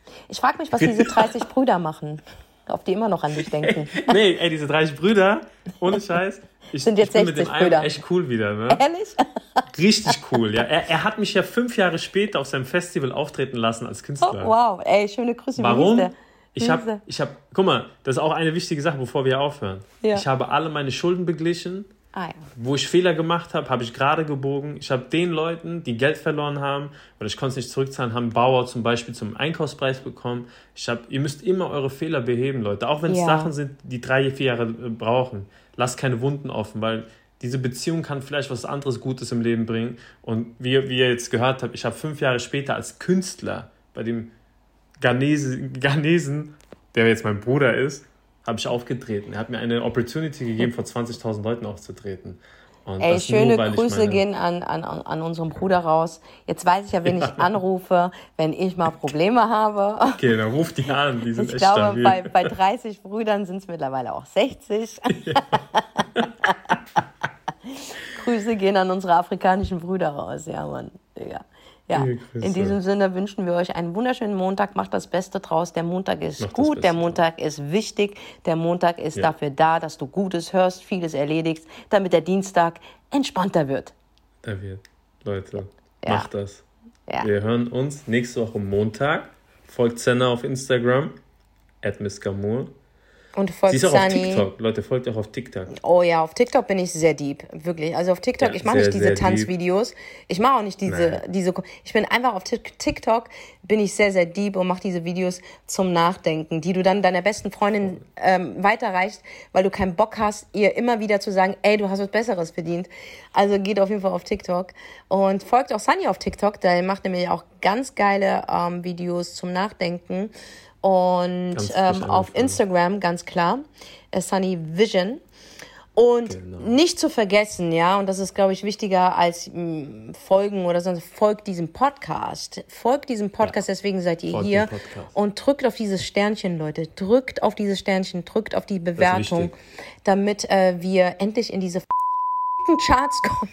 Ich frage mich, was diese dreißig Brüder machen, ob die immer noch an dich denken. Nee, ey, diese dreißig Brüder, ohne Scheiß. Ich, sind jetzt ich bin sechzig mit dem Brüder. Echt cool wieder, ne? Ehrlich? Richtig cool, ja. Er, er hat mich ja fünf Jahre später auf seinem Festival auftreten lassen als Künstler. Oh, wow, ey, schöne Grüße. Warum? Ich habe, ich hab, guck mal, das ist auch eine wichtige Sache, bevor wir aufhören. Ja. Ich habe alle meine Schulden beglichen. Ah, ja. Wo ich Fehler gemacht habe, habe ich gerade gebogen. Ich habe den Leuten, die Geld verloren haben oder ich konnte es nicht zurückzahlen, haben Bauer zum Beispiel zum Einkaufspreis bekommen. Ich hab, ihr müsst immer eure Fehler beheben, Leute. Auch wenn es ja. Sachen sind, die drei, vier Jahre brauchen. Lasst keine Wunden offen, weil diese Beziehung kann vielleicht was anderes Gutes im Leben bringen. Und wie, wie ihr jetzt gehört habt, ich habe fünf Jahre später als Künstler bei dem Ghanese, Ghanesen, der jetzt mein Bruder ist, habe ich aufgetreten. Er hat mir eine Opportunity gegeben, vor zwanzigtausend Leuten aufzutreten. Und Ey, das schöne nur, Grüße meine... gehen an, an, an unseren Bruder raus. Jetzt weiß ich ja, wen ja. ich anrufe, wenn ich mal Probleme habe. Okay, dann ruf die an, die sind ich echt glaube, stabil. Bei, bei dreißig Brüdern sind es mittlerweile auch sechzig. Ja. Grüße gehen an unsere afrikanischen Brüder raus. Ja, Mann. Ja. Ja, in diesem Sinne wünschen wir euch einen wunderschönen Montag. Macht das Beste draus. Der Montag ist Macht gut, der Montag draus. Ist wichtig. Der Montag ist ja. dafür da, dass du Gutes hörst, vieles erledigst, damit der Dienstag entspannter wird. Er wird. Leute, ja. macht das. Ja. Wir hören uns nächste Woche Montag. Folgt Senna auf Instagram, at Miss Gamur. Und folgt Sie ist auch Sunny. auf TikTok. Leute, folgt auch auf TikTok. Oh ja, auf TikTok bin ich sehr deep. Wirklich. Also auf TikTok, ja, ich mache nicht diese Tanzvideos. Ich mache auch nicht diese, diese, ich bin einfach auf TikTok, bin ich sehr, sehr deep und mache diese Videos zum Nachdenken, die du dann deiner besten Freundin ähm, weiterreichst, weil du keinen Bock hast, ihr immer wieder zu sagen, ey, du hast was Besseres verdient. Also geht auf jeden Fall auf TikTok. Und folgt auch Sunny auf TikTok, der macht nämlich auch ganz geile ähm, Videos zum Nachdenken. Und ähm, auf Instagram, ganz klar, Sunny Vision. Und genau. nicht zu vergessen, ja, und das ist, glaube ich, wichtiger als mh, Folgen oder sonst, folgt diesem Podcast. Folgt diesem Podcast, ja. deswegen seid ihr folgt hier. Und drückt auf dieses Sternchen, Leute. Drückt auf dieses Sternchen, drückt auf die Bewertung, damit äh, wir endlich in diese f***en Charts kommen.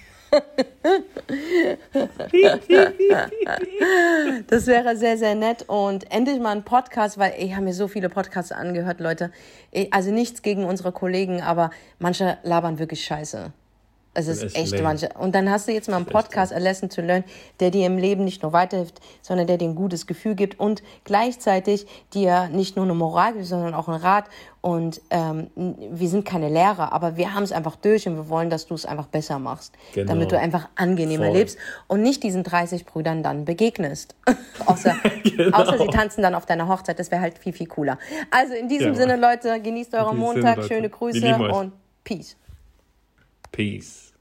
Das wäre sehr, sehr nett und endlich mal ein Podcast, weil ich habe mir so viele Podcasts angehört, Leute. Also nichts gegen unsere Kollegen, aber manche labern wirklich scheiße. Es ist echt, echt manche. Und dann hast du jetzt mal einen Podcast, A Lesson to Learn, der dir im Leben nicht nur weiterhilft, sondern der dir ein gutes Gefühl gibt und gleichzeitig dir nicht nur eine Moral gibt, sondern auch einen Rat. Und ähm, wir sind keine Lehrer, aber wir haben es einfach durch und wir wollen, dass du es einfach besser machst, genau. damit du einfach angenehmer Voll. lebst und nicht diesen dreißig Brüdern dann begegnest. außer, genau. außer sie tanzen dann auf deiner Hochzeit, das wäre halt viel, viel cooler. Also in diesem ja, Sinne, Leute, genießt euren Montag, Sinne, schöne Grüße und Peace. Peace.